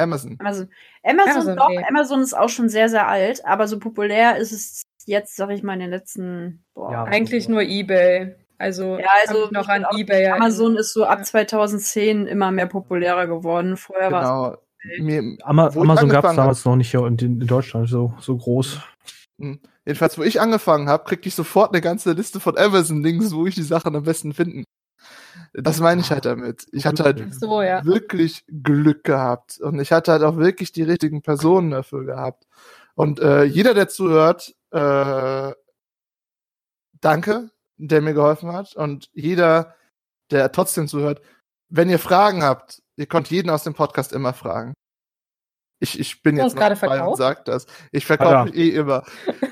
Amazon ist auch schon sehr, sehr alt, aber so populär ist es jetzt, sag ich mal, in den letzten eigentlich nur eBay. Also, Ja, also noch an eBay. Amazon ist so ab 2010 immer mehr populärer geworden. Vorher war Genau. Amazon gab es angefangen damals noch nicht hier in Deutschland so groß. Jedenfalls, wo ich angefangen habe, kriegte ich sofort eine ganze Liste von Amazon-Links, wo ich die Sachen am besten finden. Das meine ich halt damit. Ich hatte halt wirklich Glück gehabt. Und ich hatte halt auch wirklich die richtigen Personen dafür gehabt. Und jeder, der zuhört, danke, der mir geholfen hat. Und jeder, der trotzdem zuhört, wenn ihr Fragen habt, ihr könnt jeden aus dem Podcast immer fragen. Ich bin jetzt noch dabei und sag das. Ich verkaufe mich immer.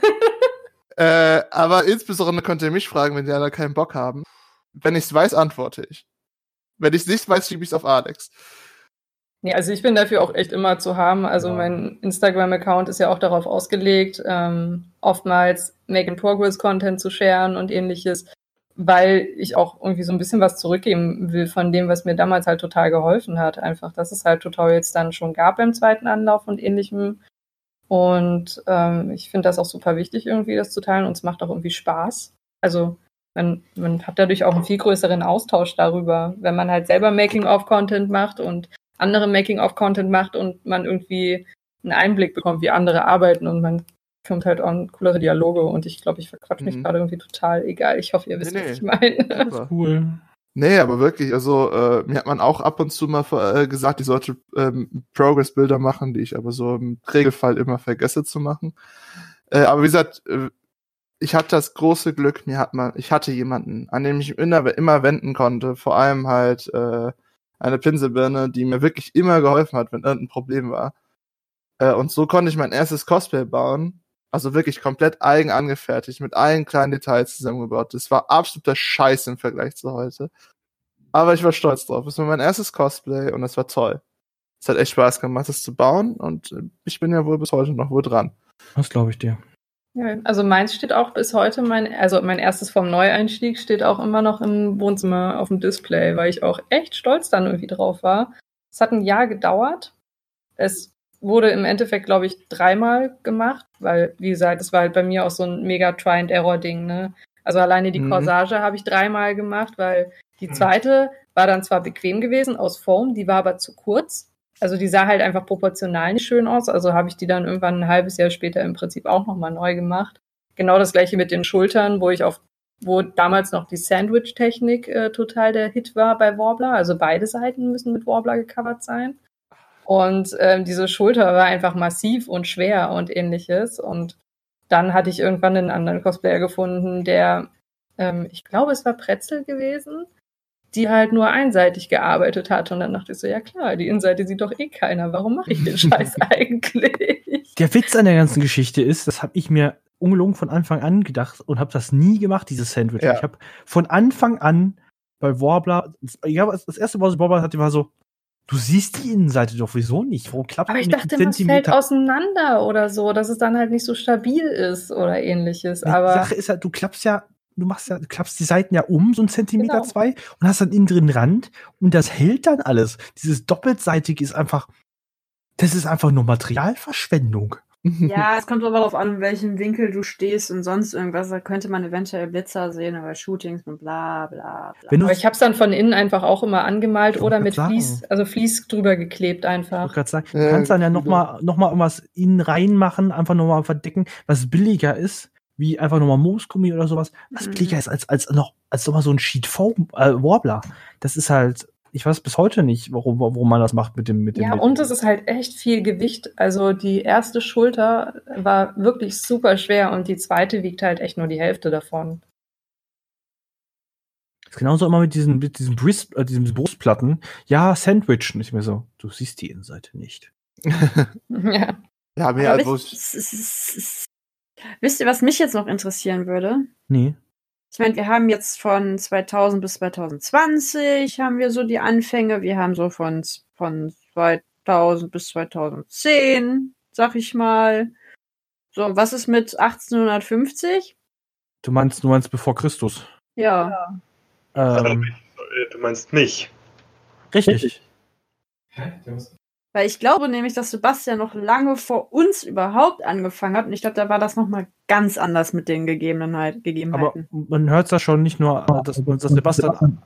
Aber insbesondere könnt ihr mich fragen, wenn die alle keinen Bock haben. Wenn ich es weiß, antworte ich. Wenn ich es nicht weiß, schiebe ich es auf Alex. Nee, also ich bin dafür auch echt immer zu haben. Also mein Instagram-Account ist ja auch darauf ausgelegt, oftmals Make-in-Progress-Content zu sharen und ähnliches, weil ich auch irgendwie so ein bisschen was zurückgeben will von dem, was mir damals halt total geholfen hat. Einfach, dass es halt Tutorials dann schon gab beim zweiten Anlauf und ähnlichem. Und ich finde das auch super wichtig, irgendwie das zu teilen. Und es macht auch irgendwie Spaß. Also man hat dadurch auch einen viel größeren Austausch darüber, wenn man halt selber Making-of-Content macht und andere Making-of-Content macht und man irgendwie einen Einblick bekommt, wie andere arbeiten und man kommt halt auch coolere Dialoge und ich glaube, ich verquatsche mich gerade irgendwie total. Egal, ich hoffe, ihr wisst, was ich meine. Cool. Nee, aber wirklich, also mir hat man auch ab und zu mal gesagt, ich sollte Progress-Bilder machen, die ich aber so im Regelfall immer vergesse zu machen. Aber wie gesagt, ich hatte das große Glück, ich hatte jemanden, an dem ich immer wenden konnte, vor allem halt eine Pinselbirne, die mir wirklich immer geholfen hat, wenn irgendein Problem war. Und so konnte ich mein erstes Cosplay bauen, also wirklich komplett eigen angefertigt, mit allen kleinen Details zusammengebaut. Das war absoluter Scheiß im Vergleich zu heute. Aber ich war stolz drauf. Es war mein erstes Cosplay und es war toll. Es hat echt Spaß gemacht, das zu bauen und ich bin ja wohl bis heute noch wohl dran. Das glaube ich dir. Ja, also meins steht auch bis heute, mein erstes vom Neueinstieg steht auch immer noch im Wohnzimmer auf dem Display, weil ich auch echt stolz dann irgendwie drauf war. Es hat ein Jahr gedauert. Es wurde im Endeffekt, glaube ich, 3-mal gemacht, weil, wie gesagt, es war halt bei mir auch so ein mega Try-and-Error-Ding, ne? Also alleine die Corsage habe ich 3-mal gemacht, weil die zweite war dann zwar bequem gewesen aus Foam, die war aber zu kurz. Also die sah halt einfach proportional nicht schön aus, also habe ich die dann irgendwann ein halbes Jahr später im Prinzip auch nochmal neu gemacht. Genau das gleiche mit den Schultern, wo damals noch die Sandwich-Technik total der Hit war bei Worbla. Also beide Seiten müssen mit Worbla gecovert sein. Und diese Schulter war einfach massiv und schwer und ähnliches. Und dann hatte ich irgendwann einen anderen Cosplayer gefunden, der, ich glaube, es war Pretzel gewesen, die halt nur einseitig gearbeitet hat. Und dann dachte ich so, ja klar, die Innenseite sieht doch eh keiner. Warum mache ich den Scheiß eigentlich? Der Witz an der ganzen Geschichte ist, das habe ich mir ungelogen von Anfang an gedacht und habe das nie gemacht, dieses Sandwich. Ja. Ich habe von Anfang an bei Worbla, das erste, was Worbla hatte, war so, du siehst die Innenseite doch wieso nicht? Warum klappt aber ich dachte, es fällt auseinander oder so, dass es dann halt nicht so stabil ist oder ähnliches. Aber die Sache ist halt, du klappst die Seiten ja um, so 1 Zentimeter, 2 und hast dann innen drin Rand und das hält dann alles. Dieses Doppelseitige ist einfach, das ist einfach nur Materialverschwendung. Ja, es kommt aber darauf an, in welchem Winkel du stehst und sonst irgendwas. Da könnte man eventuell Blitzer sehen, aber Shootings und bla bla bla. Aber ich habe es dann von innen einfach auch immer angemalt oder mit Vlies drüber geklebt einfach. Ich wollte gerade sagen, du kannst dann ja noch mal irgendwas innen reinmachen, einfach nochmal verdecken, was billiger ist, wie einfach nochmal Moosgummi oder sowas, was billiger ist als nochmal so ein Sheet Foam Warbler. Das ist halt, ich weiß bis heute nicht, warum man das macht mit dem. Ja, und es ist halt echt viel Gewicht. Also die erste Schulter war wirklich super schwer und die zweite wiegt halt echt nur die Hälfte davon. Das ist genauso immer mit diesen Brustplatten. Ja, Sandwich. Nicht mehr so. Du siehst die Innenseite nicht. Ja. Ja, mehr als wisst ihr, was mich jetzt noch interessieren würde? Nee. Ich meine, wir haben jetzt von 2000 bis 2020 haben wir so die Anfänge. Wir haben so von 2000 bis 2010, sag ich mal. So, was ist mit 1850? Du meinst bevor Christus? Ja. Du meinst mich. Richtig. Weil Weil ich glaube nämlich, dass Sebastian noch lange vor uns überhaupt angefangen hat. Und ich glaube, da war das nochmal ganz anders mit den Aber Gegebenheiten. man hört es ja schon nicht nur, dass Sebastian.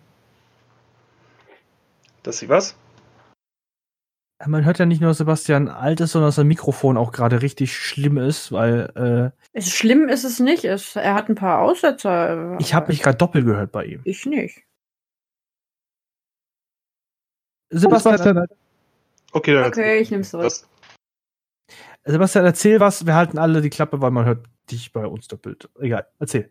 Dass sie was? Man hört ja nicht nur, dass Sebastian alt ist, sondern dass sein Mikrofon auch gerade richtig schlimm ist, weil Schlimm ist es nicht. Er hat ein paar Aussetzer. ich habe mich gerade doppelt gehört bei ihm. Ich nicht. Sebastian, Okay, dann Okay, ich nehme es zurück. erzähl was. Wir halten alle die Klappe, weil man hört dich bei uns doppelt. Egal, erzähl.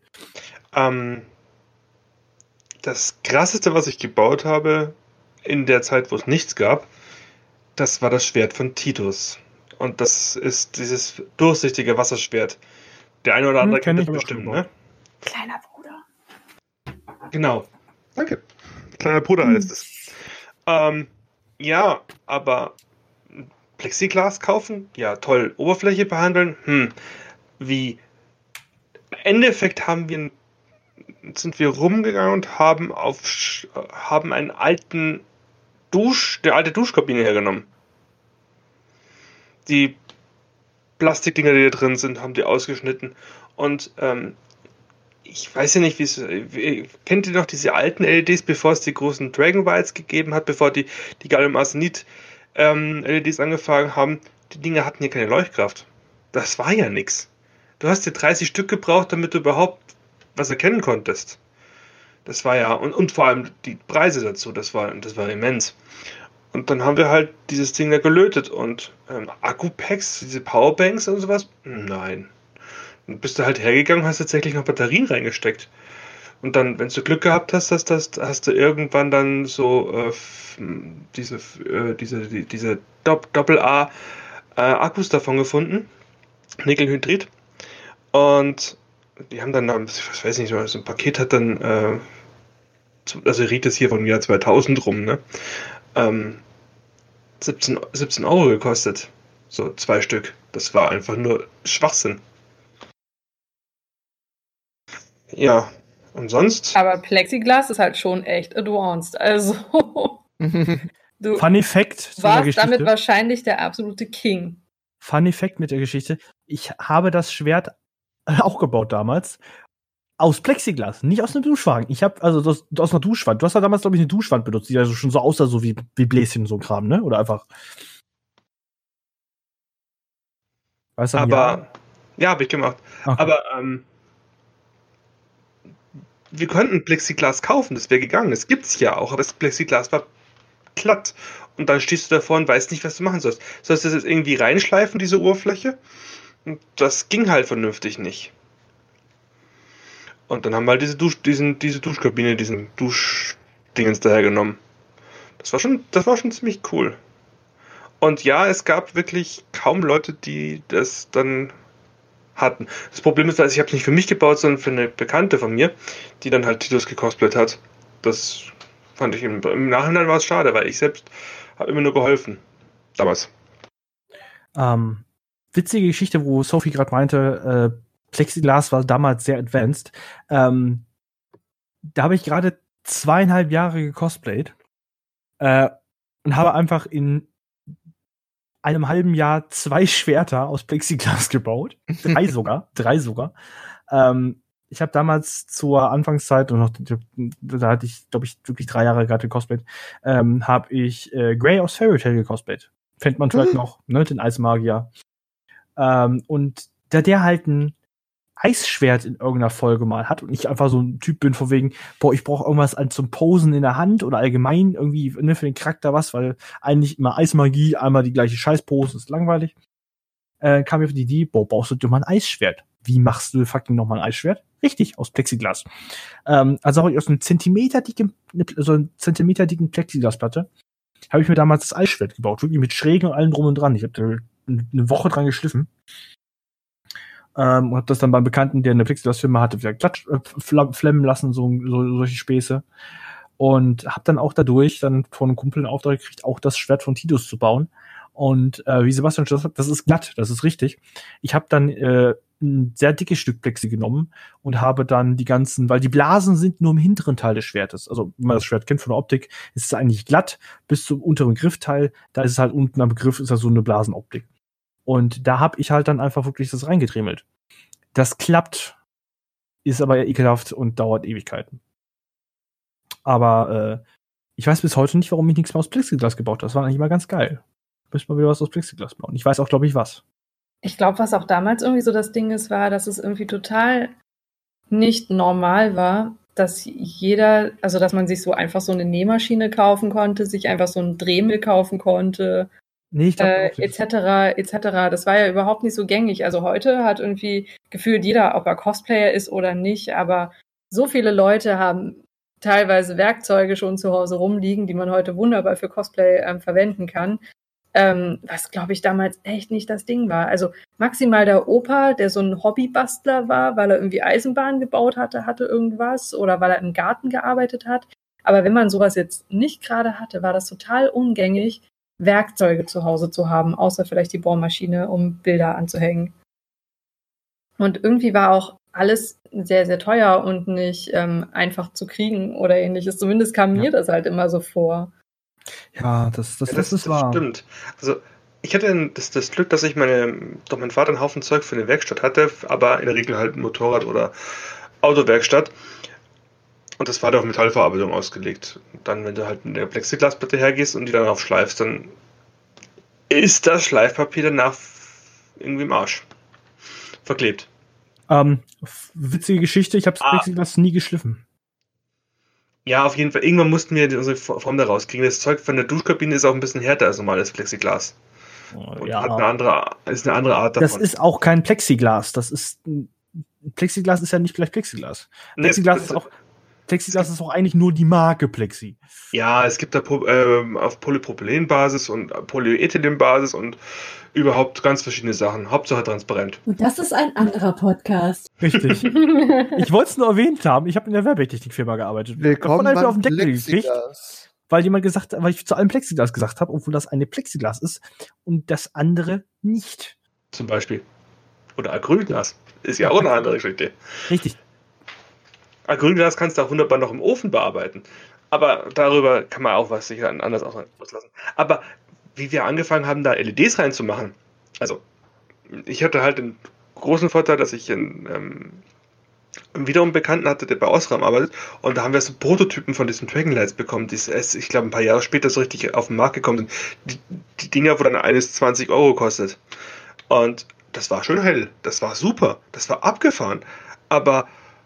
Das krasseste, was ich gebaut habe in der Zeit, wo es nichts gab, das war das Schwert von Titus. Und das ist dieses durchsichtige Wasserschwert. Der eine oder andere kenn kennt ich, das hab ich auch bestimmt, schon ne? Kleiner Bruder. Genau. Danke. Kleiner Bruder heißt es. Ja, aber Plexiglas kaufen? Ja, toll. Oberfläche behandeln? Wie? Im Endeffekt sind wir rumgegangen und haben einen eine alte Duschkabine hergenommen. Die Plastikdinger, die da drin sind, haben die ausgeschnitten. Und ich weiß ja nicht, kennt ihr noch diese alten LEDs, bevor es die großen Dragonbytes gegeben hat, bevor die Gallium Arsenid LEDs angefangen haben? Die Dinger hatten hier keine Leuchtkraft. Das war ja nix. Du hast dir 30 Stück gebraucht, damit du überhaupt was erkennen konntest. Das war ja, und vor allem die Preise dazu, das war immens. Und dann haben wir halt dieses Ding da gelötet und Akku-Packs, diese Powerbanks und sowas, nein. Dann bist du halt hergegangen und hast tatsächlich noch Batterien reingesteckt. Und dann, wenn du Glück gehabt hast, hast du irgendwann dann so diese Doppel-A Akkus davon gefunden, Nickelhydrid. Und die haben dann, ich weiß nicht, so ein Paket hat dann, also ich rede das hier vom Jahr 2000 rum, ne? 17 Euro gekostet. So 2 Stück. Das war einfach nur Schwachsinn. Ja, und sonst? Aber Plexiglas ist halt schon echt advanced. Also, du Funny Fact zu der warst Geschichte. damit wahrscheinlich der absolute King. Funny Fact mit der Geschichte. Ich habe das Schwert auch gebaut damals. Aus Plexiglas, nicht aus einem Duschwagen. Ich habe also das aus einer Duschwand. Du hast ja damals, glaube ich, eine Duschwand benutzt, die also schon so aussah, so wie Bläschen, so ein Kram, ne? Oder einfach. Weißt du, Aber, ja, habe ich gemacht. Okay. Aber, wir könnten Plexiglas kaufen, das wäre gegangen. Das gibt's ja auch, aber das Plexiglas war glatt. Und dann stehst du davor und weißt nicht, was du machen sollst. Sollst du das jetzt irgendwie reinschleifen, diese Oberfläche? Und das ging halt vernünftig nicht. Und dann haben wir halt diese Duschkabine, diesen Duschdingens daher genommen. Das war schon ziemlich cool. Und ja, es gab wirklich kaum Leute, die das dann hatten. Das Problem ist, also ich habe es nicht für mich gebaut, sondern für eine Bekannte von mir, die dann halt Titus gecosplayt hat. Das fand ich im Nachhinein war es schade, weil ich selbst habe immer nur geholfen. Damals. Witzige Geschichte, wo Sophie gerade meinte, Plexiglas war damals sehr advanced. Da habe ich gerade 2,5 Jahre gecosplayt und habe einfach in einem halben Jahr 2 Schwerter aus Plexiglas gebaut. 3 sogar. Ich habe damals zur Anfangszeit, und noch, da hatte ich, glaube ich, wirklich 3 Jahre gerade gecosplayt, habe ich Grey aus Fairy Tail gecosplayt. Kennt man vielleicht noch, ne, den Eismagier. Und da der halt ein Eisschwert in irgendeiner Folge mal hat und ich einfach so ein Typ bin von wegen, boah, ich brauche irgendwas zum Posen in der Hand oder allgemein irgendwie, ne, für den Charakter was, weil eigentlich immer Eismagie, einmal die gleiche Scheißpose, ist langweilig. Kam mir auf die Idee, boah, brauchst du dir mal ein Eisschwert. Wie machst du fucking nochmal ein Eisschwert? Richtig, aus Plexiglas. Also habe ich aus einem Zentimeter dicken Plexiglasplatte habe ich mir damals das Eisschwert gebaut, wirklich mit Schrägen und allem drum und dran. Ich habe eine Woche dran geschliffen. Und habe das dann beim Bekannten, der eine Plexiglas-Firma hatte, wieder glatt flemmen lassen, solche Späße. Und habe dann auch dadurch dann von einem Kumpel einen Auftrag gekriegt, auch das Schwert von Titus zu bauen. Und wie Sebastian schon sagt, das ist glatt, das ist richtig. Ich habe dann ein sehr dickes Stück Plexi genommen und habe dann die ganzen, weil die Blasen sind nur im hinteren Teil des Schwertes. Also, wenn man das Schwert kennt von der Optik, ist es eigentlich glatt bis zum unteren Griffteil. Da ist es halt unten am Griff, ist das so eine Blasenoptik. Und da habe ich halt dann einfach wirklich das reingedremelt. Das klappt, ist aber ekelhaft und dauert Ewigkeiten. Aber ich weiß bis heute nicht, warum ich nichts mehr aus Plexiglas gebaut habe. Das war eigentlich mal ganz geil. Müssen wir wieder was aus Plexiglas bauen. Ich weiß auch, glaube ich, was. Ich glaube, was auch damals irgendwie so das Ding ist, war, dass es irgendwie total nicht normal war, dass dass man sich so einfach so eine Nähmaschine kaufen konnte, sich einfach so einen Dremel kaufen konnte, Nee, ich glaube etc. Das war ja überhaupt nicht so gängig. Also heute hat irgendwie gefühlt jeder, ob er Cosplayer ist oder nicht, aber so viele Leute haben teilweise Werkzeuge schon zu Hause rumliegen, die man heute wunderbar für Cosplay verwenden kann. Was, glaube ich, damals echt nicht das Ding war. Also maximal der Opa, der so ein Hobbybastler war, weil er irgendwie Eisenbahn gebaut hatte irgendwas oder weil er im Garten gearbeitet hat. Aber wenn man sowas jetzt nicht gerade hatte, war das total ungängig, Werkzeuge zu Hause zu haben, außer vielleicht die Bohrmaschine, um Bilder anzuhängen. Und irgendwie war auch alles sehr, sehr teuer und nicht einfach zu kriegen oder ähnliches. Zumindest kam mir das halt immer so vor. Ja, das ist wahr. Stimmt. Also ich hatte das Glück, dass mein Vater einen Haufen Zeug für eine Werkstatt hatte, aber in der Regel halt ein Motorrad- oder Autowerkstatt. Und das war dann auf Metallverarbeitung ausgelegt. Und dann, wenn du halt mit der Plexiglasplatte hergehst und die dann aufschleifst, dann ist das Schleifpapier danach irgendwie im Arsch. Verklebt. Witzige Geschichte, ich habe das Plexiglas nie geschliffen. Ja, auf jeden Fall. Irgendwann mussten wir unsere Form da rauskriegen. Das Zeug von der Duschkabine ist auch ein bisschen härter als normales Plexiglas. Und hat eine andere Art davon. Das ist auch kein Plexiglas. Plexiglas ist ja nicht gleich Plexiglas. Plexiglas ist auch eigentlich nur die Marke Plexi. Ja, es gibt da auf Polypropylenbasis und Polyethylenbasis und überhaupt ganz verschiedene Sachen. Hauptsache transparent. Und das ist ein anderer Podcast. Richtig. Ich wollte es nur erwähnt haben. Ich habe in der Werbetechnikfirma gearbeitet. Willkommen einfach beim auf den Deckel gekriegt, Plexiglas. weil ich zu allem Plexiglas gesagt habe, obwohl das eine Plexiglas ist und das andere nicht. Zum Beispiel. Oder Acrylglas. Ist ja auch eine andere Geschichte. Richtig. Acrylglas kannst du auch wunderbar noch im Ofen bearbeiten. Aber darüber kann man auch was sicher anders auslassen. Aber wie wir angefangen haben, da LEDs reinzumachen, also ich hatte halt den großen Vorteil, dass ich wiederum einen Bekannten hatte, der bei Osram arbeitet, und da haben wir so Prototypen von diesen Tracking Lights bekommen, die ich glaube ein paar Jahre später so richtig auf den Markt gekommen sind. Die Dinger, wo dann eines 20 Euro kostet. Und das war schön hell, das war super, das war abgefahren. Aber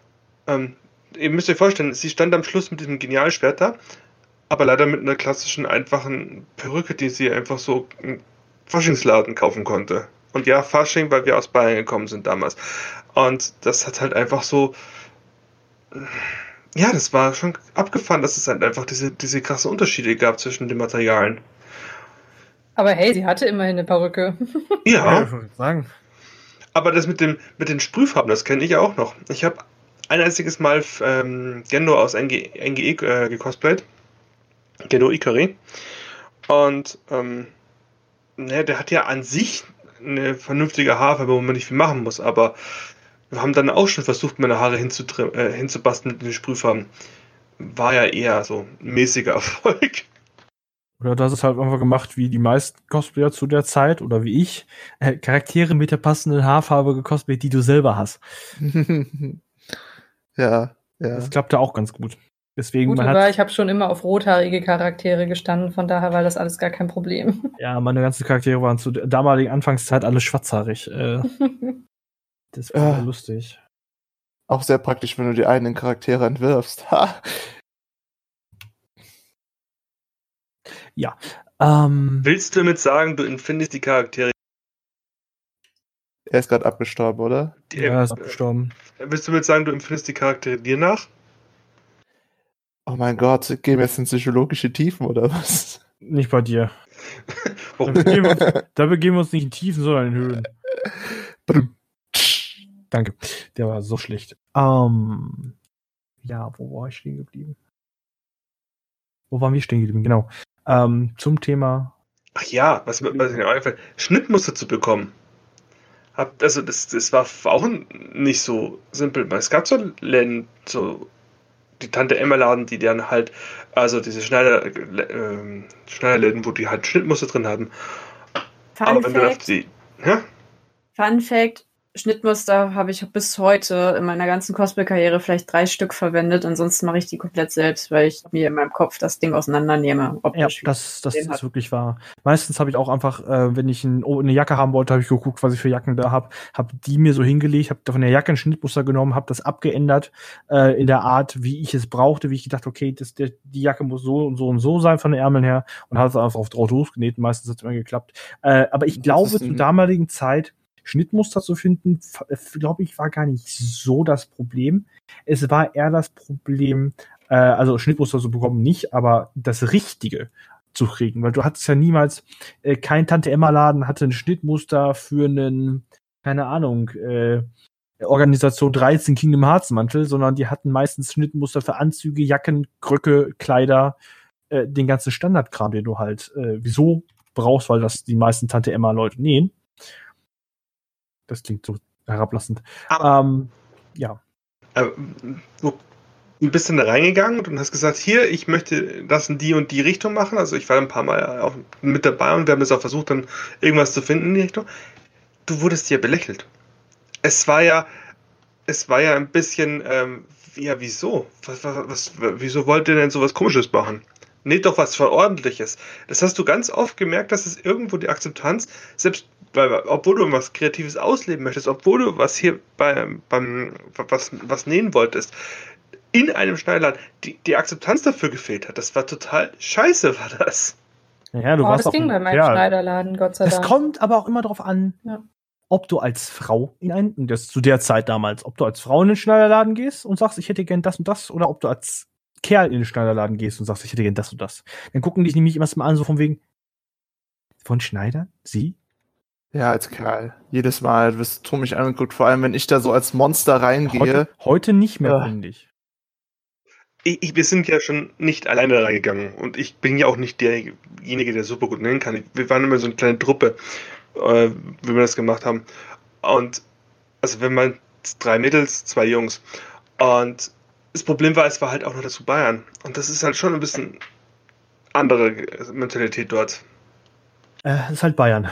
ihr müsst euch vorstellen, sie stand am Schluss mit diesem Genialschwert da, aber leider mit einer klassischen, einfachen Perücke, die sie einfach so im Faschingsladen kaufen konnte. Und ja, Fasching, weil wir aus Bayern gekommen sind damals. Und das hat halt einfach so, ja, das war schon abgefahren, dass es halt einfach diese krassen Unterschiede gab zwischen den Materialien. Aber hey, sie hatte immerhin eine Perücke. Ja, ich würde sagen. aber das mit den Sprühfarben, das kenne ich auch noch. Ich habe ein einziges Mal Gendo aus NGE gecosplayt. Gendo Ikari. Und der hat ja an sich eine vernünftige Haarfarbe, wo man nicht viel machen muss, aber wir haben dann auch schon versucht, meine Haare hinzubasteln mit den Sprühfarben. War ja eher so ein mäßiger Erfolg. Oder du hast es halt einfach gemacht, wie die meisten Cosplayer zu der Zeit, oder wie ich, Charaktere mit der passenden Haarfarbe gecosplayt, die du selber hast. Ja. Das klappte auch ganz gut. Deswegen, Gut, aber ich habe schon immer auf rothaarige Charaktere gestanden, von daher war das alles gar kein Problem. Ja, meine ganzen Charaktere waren zu der damaligen Anfangszeit alle schwarzhaarig. Das war sehr lustig. Auch sehr praktisch, wenn du die eigenen Charaktere entwirfst. Ha. Ja. Willst du damit sagen, du empfindest die Charaktere? Er ist gerade abgestorben, oder? Er ist abgestorben. Willst du damit sagen, du empfindest die Charaktere dir nach? Oh mein Gott, gehen wir jetzt in psychologische Tiefen, oder was? Nicht bei dir. Warum? Da begeben wir uns nicht in Tiefen, sondern in Höhen. Danke. Der war so schlecht. Ja, wo war ich stehen geblieben? Wo waren wir stehen geblieben? Genau. Zum Thema. Ach ja, was mir einfällt. Schnittmuster zu bekommen. Das war auch nicht so simpel. Es gab so Läden, so die Tante Emma Laden, die dann halt, also diese Schneiderläden, wo die halt Schnittmuster drin hatten. Aber wenn du auf die, ja? Fun Fact: Schnittmuster habe ich bis heute in meiner ganzen Cosplay-Karriere vielleicht 3 Stück verwendet. Ansonsten mache ich die komplett selbst, weil ich mir in meinem Kopf das Ding auseinandernehme. Ja, das ist wirklich wahr. Meistens habe ich auch einfach, wenn ich eine Jacke haben wollte, habe ich geguckt, was ich für Jacken da habe die mir so hingelegt, habe von der Jacke ein Schnittmuster genommen, habe das abgeändert in der Art, wie ich es brauchte, wie ich gedacht, okay, die Jacke muss so und so und so sein von den Ärmeln her und habe es einfach drauf losgenäht. Meistens hat es immer geklappt. Aber ich glaube, zur damaligen Zeit Schnittmuster zu finden, glaube ich, war gar nicht so das Problem. Es war eher das Problem, also Schnittmuster zu bekommen nicht, aber das Richtige zu kriegen, weil du hattest ja niemals, kein Tante-Emma-Laden hatte ein Schnittmuster für einen, keine Ahnung, Organisation 13 Kingdom Hearts Mantel, sondern die hatten meistens Schnittmuster für Anzüge, Jacken, Kröcke, Kleider, den ganzen Standardkram, den du halt wieso brauchst, weil das die meisten Tante-Emma-Leute nähen. Das klingt so herablassend. Ja. Du bist dann da reingegangen und hast gesagt, hier, ich möchte das in die und die Richtung machen. Also ich war ein paar Mal auch mit dabei und wir haben jetzt auch versucht, dann irgendwas zu finden in die Richtung. Du wurdest ja belächelt. Es war ja ein bisschen, wieso? Wieso wollt ihr denn sowas Komisches machen? Nee, doch was Ordentliches. Das hast du ganz oft gemerkt, dass es irgendwo die Akzeptanz, selbst obwohl du was Kreatives ausleben möchtest, obwohl du was hier was nähen wolltest, in einem Schneiderladen, die Akzeptanz dafür gefehlt hat. Das war total scheiße, war das. Ja, das ging bei meinem Schneiderladen, Gott sei Dank. Es kommt aber auch immer darauf an, ob du als Frau das zu der Zeit damals, ob du als Frau in den Schneiderladen gehst und sagst, ich hätte gern das und das, oder ob du als Kerl in den Schneiderladen gehst und sagst, ich hätte gern das und das. Dann gucken dich nämlich immer an, so von wegen, von Schneider? Sie? Ja, als Kerl. Jedes Mal wirst du mich angeguckt, vor allem wenn ich da so als Monster reingehe. Heute nicht mehr, finde ich. Wir sind ja schon nicht alleine reingegangen und ich bin ja auch nicht derjenige, der super gut nennen kann. Wir waren immer so eine kleine Truppe, wie wir das gemacht haben. Und also wenn man 3 Mädels, 2 Jungs. Und das Problem war, es war halt auch noch dazu Bayern. Und das ist halt schon ein bisschen andere Mentalität dort. Ist halt Bayern.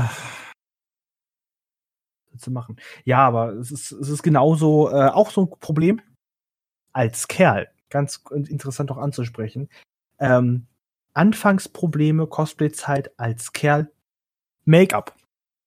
Zu machen. Ja, aber es ist genauso auch so ein Problem als Kerl. Ganz interessant auch anzusprechen. Anfangsprobleme, Cosplay-Zeit als Kerl, Make-up.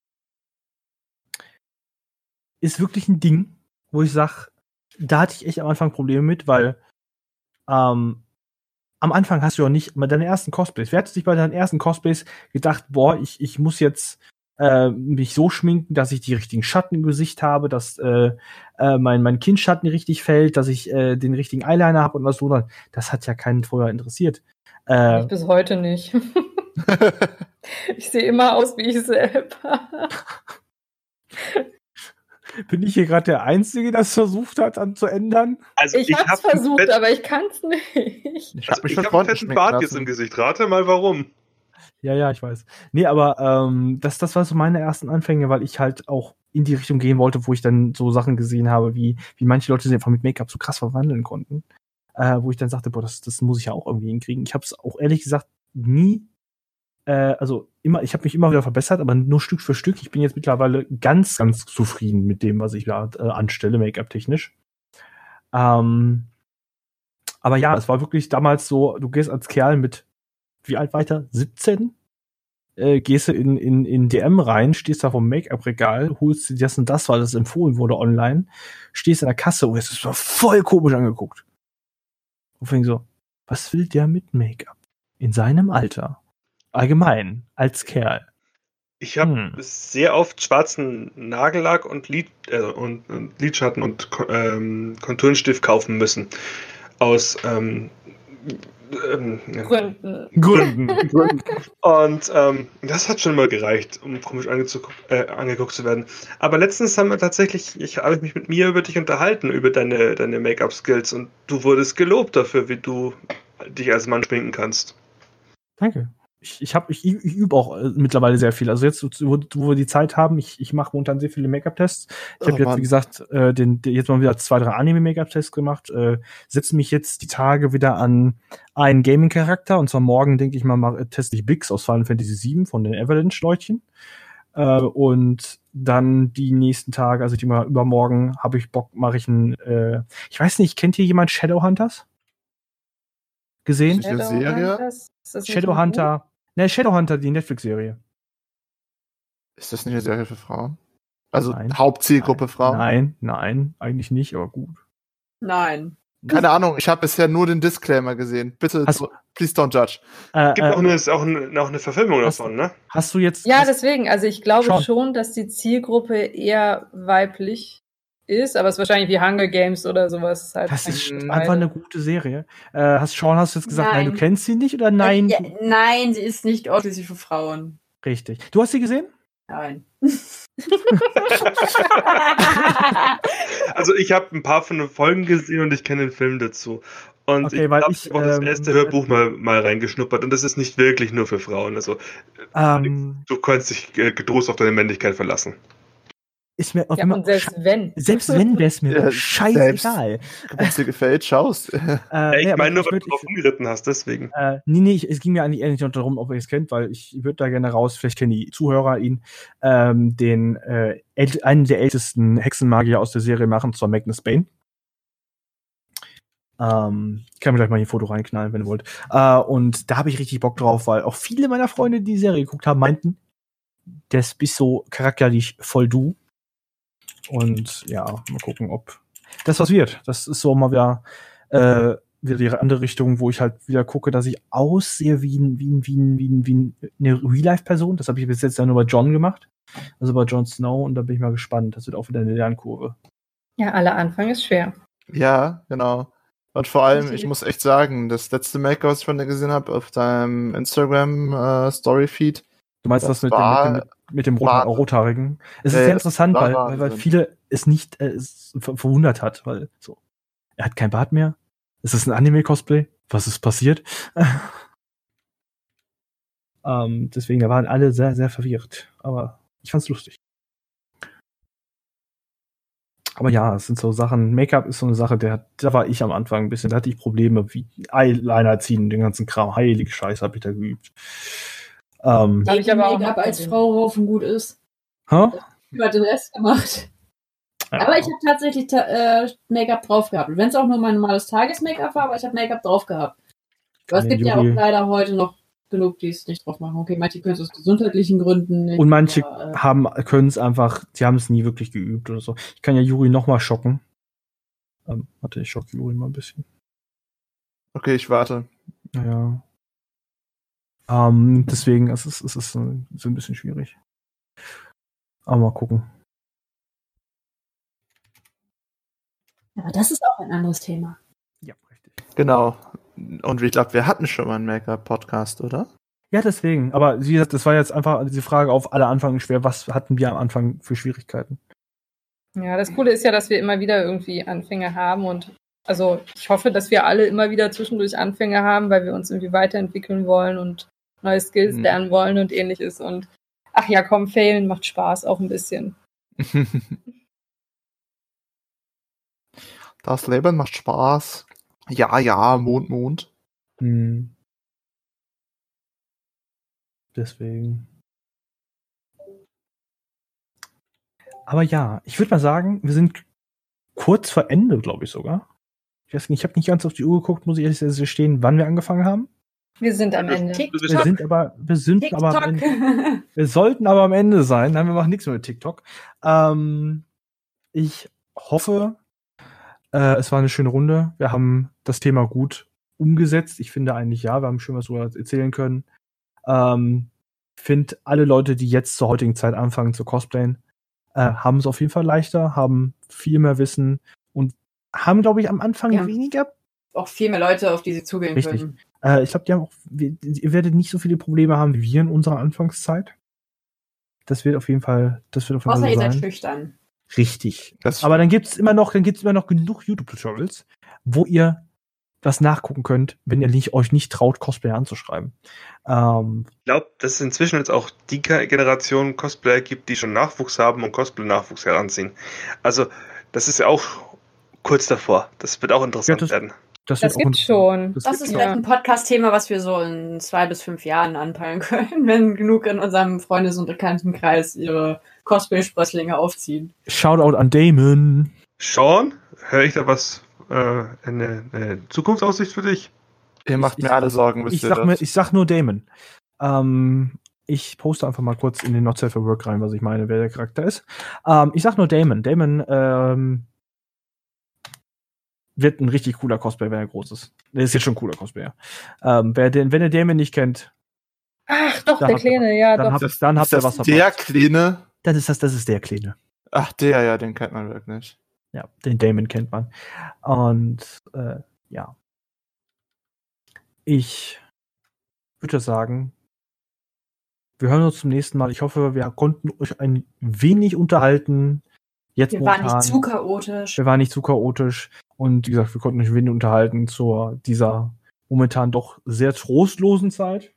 Ist wirklich ein Ding, wo ich sage, da hatte ich echt am Anfang Probleme mit, weil am Anfang hast du ja nicht bei deinen ersten Cosplays. Wer hat sich bei deinen ersten Cosplays gedacht, boah, ich muss jetzt mich so schminken, dass ich die richtigen Schatten im Gesicht habe, dass mein Kindschatten richtig fällt, dass ich den richtigen Eyeliner habe und was so. Das hat ja keinen vorher interessiert. Ich bis heute nicht. Ich sehe immer aus wie ich selber. Bin ich hier gerade der Einzige, der es versucht hat, zu ändern? Also ich hab's versucht, aber ich kann's nicht. Ich habe einen fetten Bart jetzt im Gesicht. Rate mal, warum. Ja, ich weiß. Nee, aber das war so meine ersten Anfänge, weil ich halt auch in die Richtung gehen wollte, wo ich dann so Sachen gesehen habe, wie manche Leute sich einfach mit Make-up so krass verwandeln konnten. Wo ich dann sagte, boah, das muss ich ja auch irgendwie hinkriegen. Ich habe es auch ehrlich gesagt nie, ich habe mich immer wieder verbessert, aber nur Stück für Stück. Ich bin jetzt mittlerweile ganz, ganz zufrieden mit dem, was ich da anstelle, Make-up-technisch. Aber ja, es war wirklich damals so, du gehst als Kerl mit wie alt weiter? 17? Gehst du in DM rein, stehst da vom Make-up-Regal, holst dir das und das, weil das empfohlen wurde online, stehst in der Kasse und es ist voll komisch angeguckt. Und fing so, was will der mit Make-up? In seinem Alter. Allgemein, als Kerl. Ich habe sehr oft schwarzen Nagellack und Lidschatten und Konturenstift kaufen müssen. Aus Gründen. Und das hat schon mal gereicht, um komisch angeguckt zu werden. Aber letztens habe ich mich mit Mia über dich unterhalten, über deine Make-up-Skills und du wurdest gelobt dafür, wie du dich als Mann schminken kannst. Danke. Ich übe auch mittlerweile sehr viel. Also jetzt, wo wir die Zeit haben, ich mache momentan sehr viele Make-up-Tests. Ich habe jetzt, wie gesagt, jetzt mal wieder 2, 3 Anime-Make-up-Tests gemacht. Setze mich jetzt die Tage wieder an einen Gaming-Charakter. Und zwar morgen, denke ich mal, teste ich Biggs aus Final Fantasy VII von den Avalanche-Leutchen. Und dann die nächsten Tage, also übermorgen, habe ich Bock, mache ich ich weiß nicht, kennt hier jemand Shadowhunters? Gesehen? Ist das eine Serie? Shadowhunter. Ne, Shadowhunter, die Netflix-Serie. Ist das nicht eine Serie für Frauen? Also Nein. Hauptzielgruppe Frauen? Nein, eigentlich nicht, aber gut. Nein. Keine Ahnung, ich habe bisher nur den Disclaimer gesehen. Bitte, please don't judge. Gibt auch eine Verfilmung davon, ne? Hast du jetzt... Ja, deswegen, also ich glaube schon, schon, dass die Zielgruppe eher weiblich ist, aber es ist wahrscheinlich wie Hunger Games oder sowas. Halt das ist beide. einfach eine gute Serie. Hast du jetzt gesagt, nein, Nein. du kennst sie nicht oder nein? Ja, nein, sie ist nicht ausschließlich für Frauen. Richtig. Du hast sie gesehen? Nein. Also ich habe ein paar von den Folgen gesehen und ich kenne den Film dazu. Und Okay, ich weil habe ich, auch das erste Hörbuch mal reingeschnuppert und das ist nicht wirklich nur für Frauen. Also du kannst dich getrost auf deine Männlichkeit verlassen. Ist mir Ja, und selbst wenn. Selbst wenn, wäre es mir Ja, scheißegal. Wenn es dir gefällt, schaust. Ich meine nur, weil du drauf umgeritten hast, deswegen. Es ging mir eigentlich eher nicht darum, ob ihr es kennt, weil ich würde da gerne raus, vielleicht kennen die Zuhörer ihn, einen der ältesten Hexenmagier aus der Serie machen, zwar Magnus Bane. Ich kann mir gleich mal hier ein Foto reinknallen, wenn ihr wollt. Und da habe ich richtig Bock drauf, weil auch viele meiner Freunde, die Serie geguckt haben, meinten, das bist so charakterlich voll du. Und ja, mal gucken, ob das was wird. Das ist so mal wieder die andere Richtung, wo ich halt wieder gucke, dass ich aussehe wie eine Real-Life-Person. Das habe ich bis jetzt ja nur bei Jon gemacht. Also bei Jon Snow. Und da bin ich mal gespannt. Das wird auch wieder eine Lernkurve. Ja, aller Anfang ist schwer. Ja, genau. Und vor allem, ich muss echt sagen, das letzte Make-up, was ich von dir gesehen habe, auf deinem Instagram-Story-Feed. Du meinst das mit dem Rothaarigen? Es ist sehr interessant, weil viele es nicht verwundert hat, weil so, er hat kein Bart mehr. Es ist ein Anime-Cosplay. Was ist passiert? Deswegen, da waren alle sehr, sehr verwirrt. Aber ich fand's lustig. Aber ja, es sind so Sachen, Make-up ist so eine Sache, da war ich am Anfang ein bisschen, da hatte ich Probleme wie Eyeliner ziehen, den ganzen Kram. Heilige Scheiße, habe ich da geübt. Habe ich aber auch Make-up als Frau Haufen gut ist. Huh? Ich habe den Rest gemacht. Ja. Aber ich habe tatsächlich Make-up drauf gehabt. Wenn es auch nur mein normales Tages-Make-up war, aber ich habe Make-up drauf gehabt. Aber es gibt ja auch leider heute noch genug, die es nicht drauf machen. Okay, manche können es aus gesundheitlichen Gründen nicht. Und manche können es einfach, die haben es nie wirklich geübt oder so. Ich kann ja Juri nochmal schocken. Warte, ich schocke Juri mal ein bisschen. Okay, ich warte. Ja. Deswegen, es ist so ein bisschen schwierig. Aber mal gucken. Aber das ist auch ein anderes Thema. Ja, richtig. Genau. Und ich glaube, wir hatten schon mal einen Make-up-Podcast, oder? Ja, deswegen. Aber wie gesagt, das war jetzt einfach diese Frage auf alle Anfang schwer. Was hatten wir am Anfang für Schwierigkeiten? Ja, das Coole ist ja, dass wir immer wieder irgendwie Anfänge haben und also ich hoffe, dass wir alle immer wieder zwischendurch Anfänge haben, weil wir uns irgendwie weiterentwickeln wollen und neue Skills lernen wollen und ähnliches und ach ja, komm, failen macht Spaß auch ein bisschen. Das Leben macht Spaß. Ja, Mond. Deswegen. Aber ja, ich würde mal sagen, wir sind kurz vor Ende, glaube ich sogar. Ich weiß nicht, ich habe nicht ganz auf die Uhr geguckt, muss ich ehrlich gestehen, wann wir angefangen haben. Wir sind am Ende. Wir sollten aber am Ende sein. Nein, wir machen nichts mehr mit TikTok. Ich hoffe, es war eine schöne Runde. Wir haben das Thema gut umgesetzt. Ich finde eigentlich ja, wir haben schön was darüber erzählen können. Finde alle Leute, die jetzt zur heutigen Zeit anfangen zu cosplayen, haben es auf jeden Fall leichter, haben viel mehr Wissen und haben, glaube ich, am Anfang weniger. Auch viel mehr Leute, auf die sie zugehen können. Ich glaube, ihr werdet nicht so viele Probleme haben wie wir in unserer Anfangszeit. Das wird auf jeden Fall Außer so ihr sein. seid schüchtern. Richtig. Aber dann gibt's immer noch genug YouTube-Tutorials, wo ihr das nachgucken könnt, wenn ihr euch nicht traut, Cosplayer anzuschreiben. Ich glaube, dass es inzwischen jetzt auch die Generation Cosplayer gibt, die schon Nachwuchs haben und Cosplay-Nachwuchs heranziehen. Also, das ist ja auch kurz davor. Das wird auch interessant werden. Das gibt's schon. Das ist vielleicht ein Podcast-Thema, was wir so in 2 bis 5 Jahren anpeilen können, wenn genug in unserem Freundes- und Bekanntenkreis ihre Cosplay-Sprösslinge aufziehen. Shoutout an Damon. Sean, höre ich da was, eine Zukunftsaussicht für dich? Ihr macht mir alle Sorgen, wisst ihr das? Ich sag nur Damon. Ich poste einfach mal kurz in den Not Safe for Work rein, was ich meine, wer der Charakter ist. Ich sag nur Damon. Damon wird ein richtig cooler Cosplayer, wenn er groß ist. Der ist jetzt schon ein cooler Cosplayer. Wenn ihr Damon nicht kennt. Ach, doch, der Kleine, ja, doch. Dann habt ihr was verpasst. Der Kleine? Das ist der Kleine. Ach, der, ja, den kennt man wirklich. Ja, den Damon kennt man. Und ja. Ich würde sagen, wir hören uns zum nächsten Mal. Ich hoffe, wir konnten euch ein wenig unterhalten. Wir waren nicht zu chaotisch. Wir waren nicht zu chaotisch. Und wie gesagt, wir konnten euch ein wenig unterhalten zu dieser momentan doch sehr trostlosen Zeit.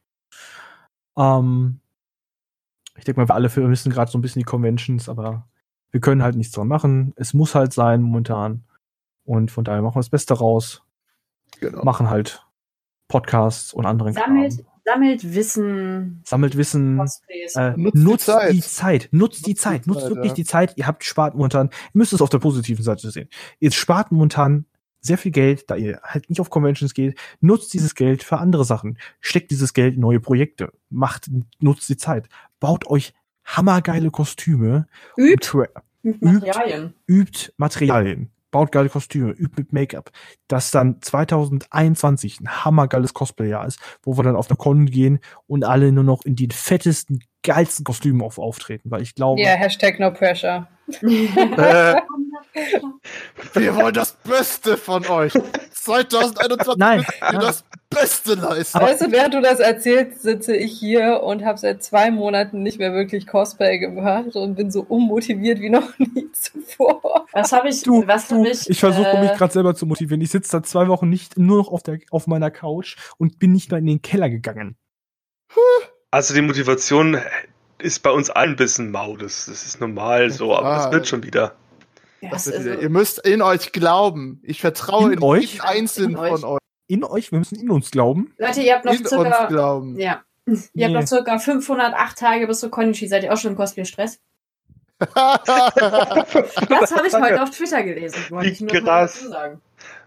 Ich denke mal, wir alle vermissen gerade so ein bisschen die Conventions, aber wir können halt nichts dran machen. Es muss halt sein momentan. Und von daher machen wir das Beste raus. Genau. Machen halt Podcasts und anderen Sammelt Wissen. Sammelt Wissen. Nutzt die Zeit. Nutzt wirklich die Zeit. Ihr spart momentan, ihr müsst es auf der positiven Seite sehen. Ihr spart momentan sehr viel Geld, da ihr halt nicht auf Conventions geht. Nutzt dieses Geld für andere Sachen. Steckt dieses Geld in neue Projekte. Nutzt die Zeit. Baut euch hammergeile Kostüme. Übt Materialien. Baut geile Kostüme, übt mit Make-up, dass dann 2021 ein hammergeiles Cosplay-Jahr ist, wo wir dann auf eine Con gehen und alle nur noch in den fettesten, geilsten Kostümen auftreten, weil ich glaube... Ja, Hashtag no pressure. Wir wollen das Beste von euch. 2021 Nein. müssen wir das Beste leisten. Weißt du, während du das erzählst, sitze ich hier und habe seit 2 Monaten nicht mehr wirklich Cosplay gemacht und bin so unmotiviert wie noch nie zuvor. Ich versuche mich gerade selber zu motivieren. Ich sitze seit 2 Wochen nur noch auf meiner Couch und bin nicht mehr in den Keller gegangen. Also die Motivation ist bei uns allen ein bisschen mau. Das ist normal so, aber das wird schon wieder. Ja, Ihr müsst in euch glauben. Ich vertraue in euch? jeden Einzelnen von euch. In euch? Wir müssen in uns glauben. Leute, ihr habt noch In uns glauben. Ja. Ihr habt noch circa 508 Tage bis zur Konichi. Seid ihr auch schon im Cosplay-Stress? Das habe ich heute auf Twitter gelesen. Wollte ich nur mal dazu sagen.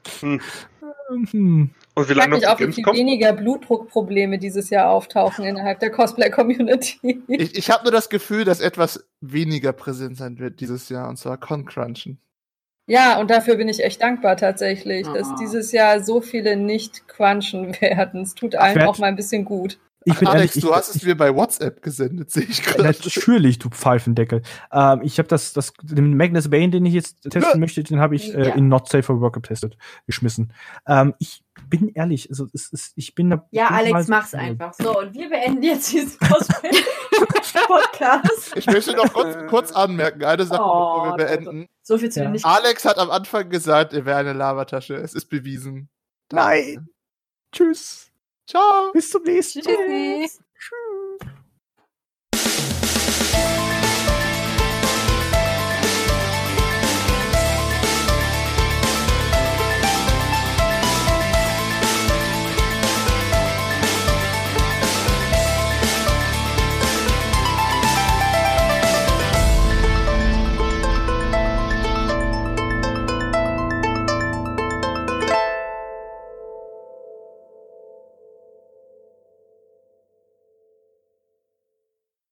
Und wie Ich frage lange mich auch, wie viel weniger Blutdruckprobleme dieses Jahr auftauchen innerhalb der Cosplay-Community. Ich habe nur das Gefühl, dass etwas weniger präsent sein wird dieses Jahr, und zwar Con-Crunchen. Ja, und dafür bin ich echt dankbar tatsächlich, dass dieses Jahr so viele nicht crunchen werden. Es tut einem auch mal ein bisschen gut. Ich bin Alex, ehrlich, du hast es mir bei WhatsApp gesendet, sehe ich gerade. Natürlich, du Pfeifendeckel. Ich habe den Magnus Bane, den ich jetzt testen möchte, den habe ich in Not Safe for Work getestet, geschmissen. Ich bin ehrlich, also ich bin da. Ja, Alex, mach's einfach. So, und wir beenden jetzt diesen Cosplay-Podcast. Ich möchte noch kurz anmerken, eine Sache, bevor wir beenden. So viel zu den nicht. Alex hat am Anfang gesagt, er wäre eine Lavatasche. Es ist bewiesen. Nein. Tschüss. Ciao. Bis zum nächsten Mal. Tschüss.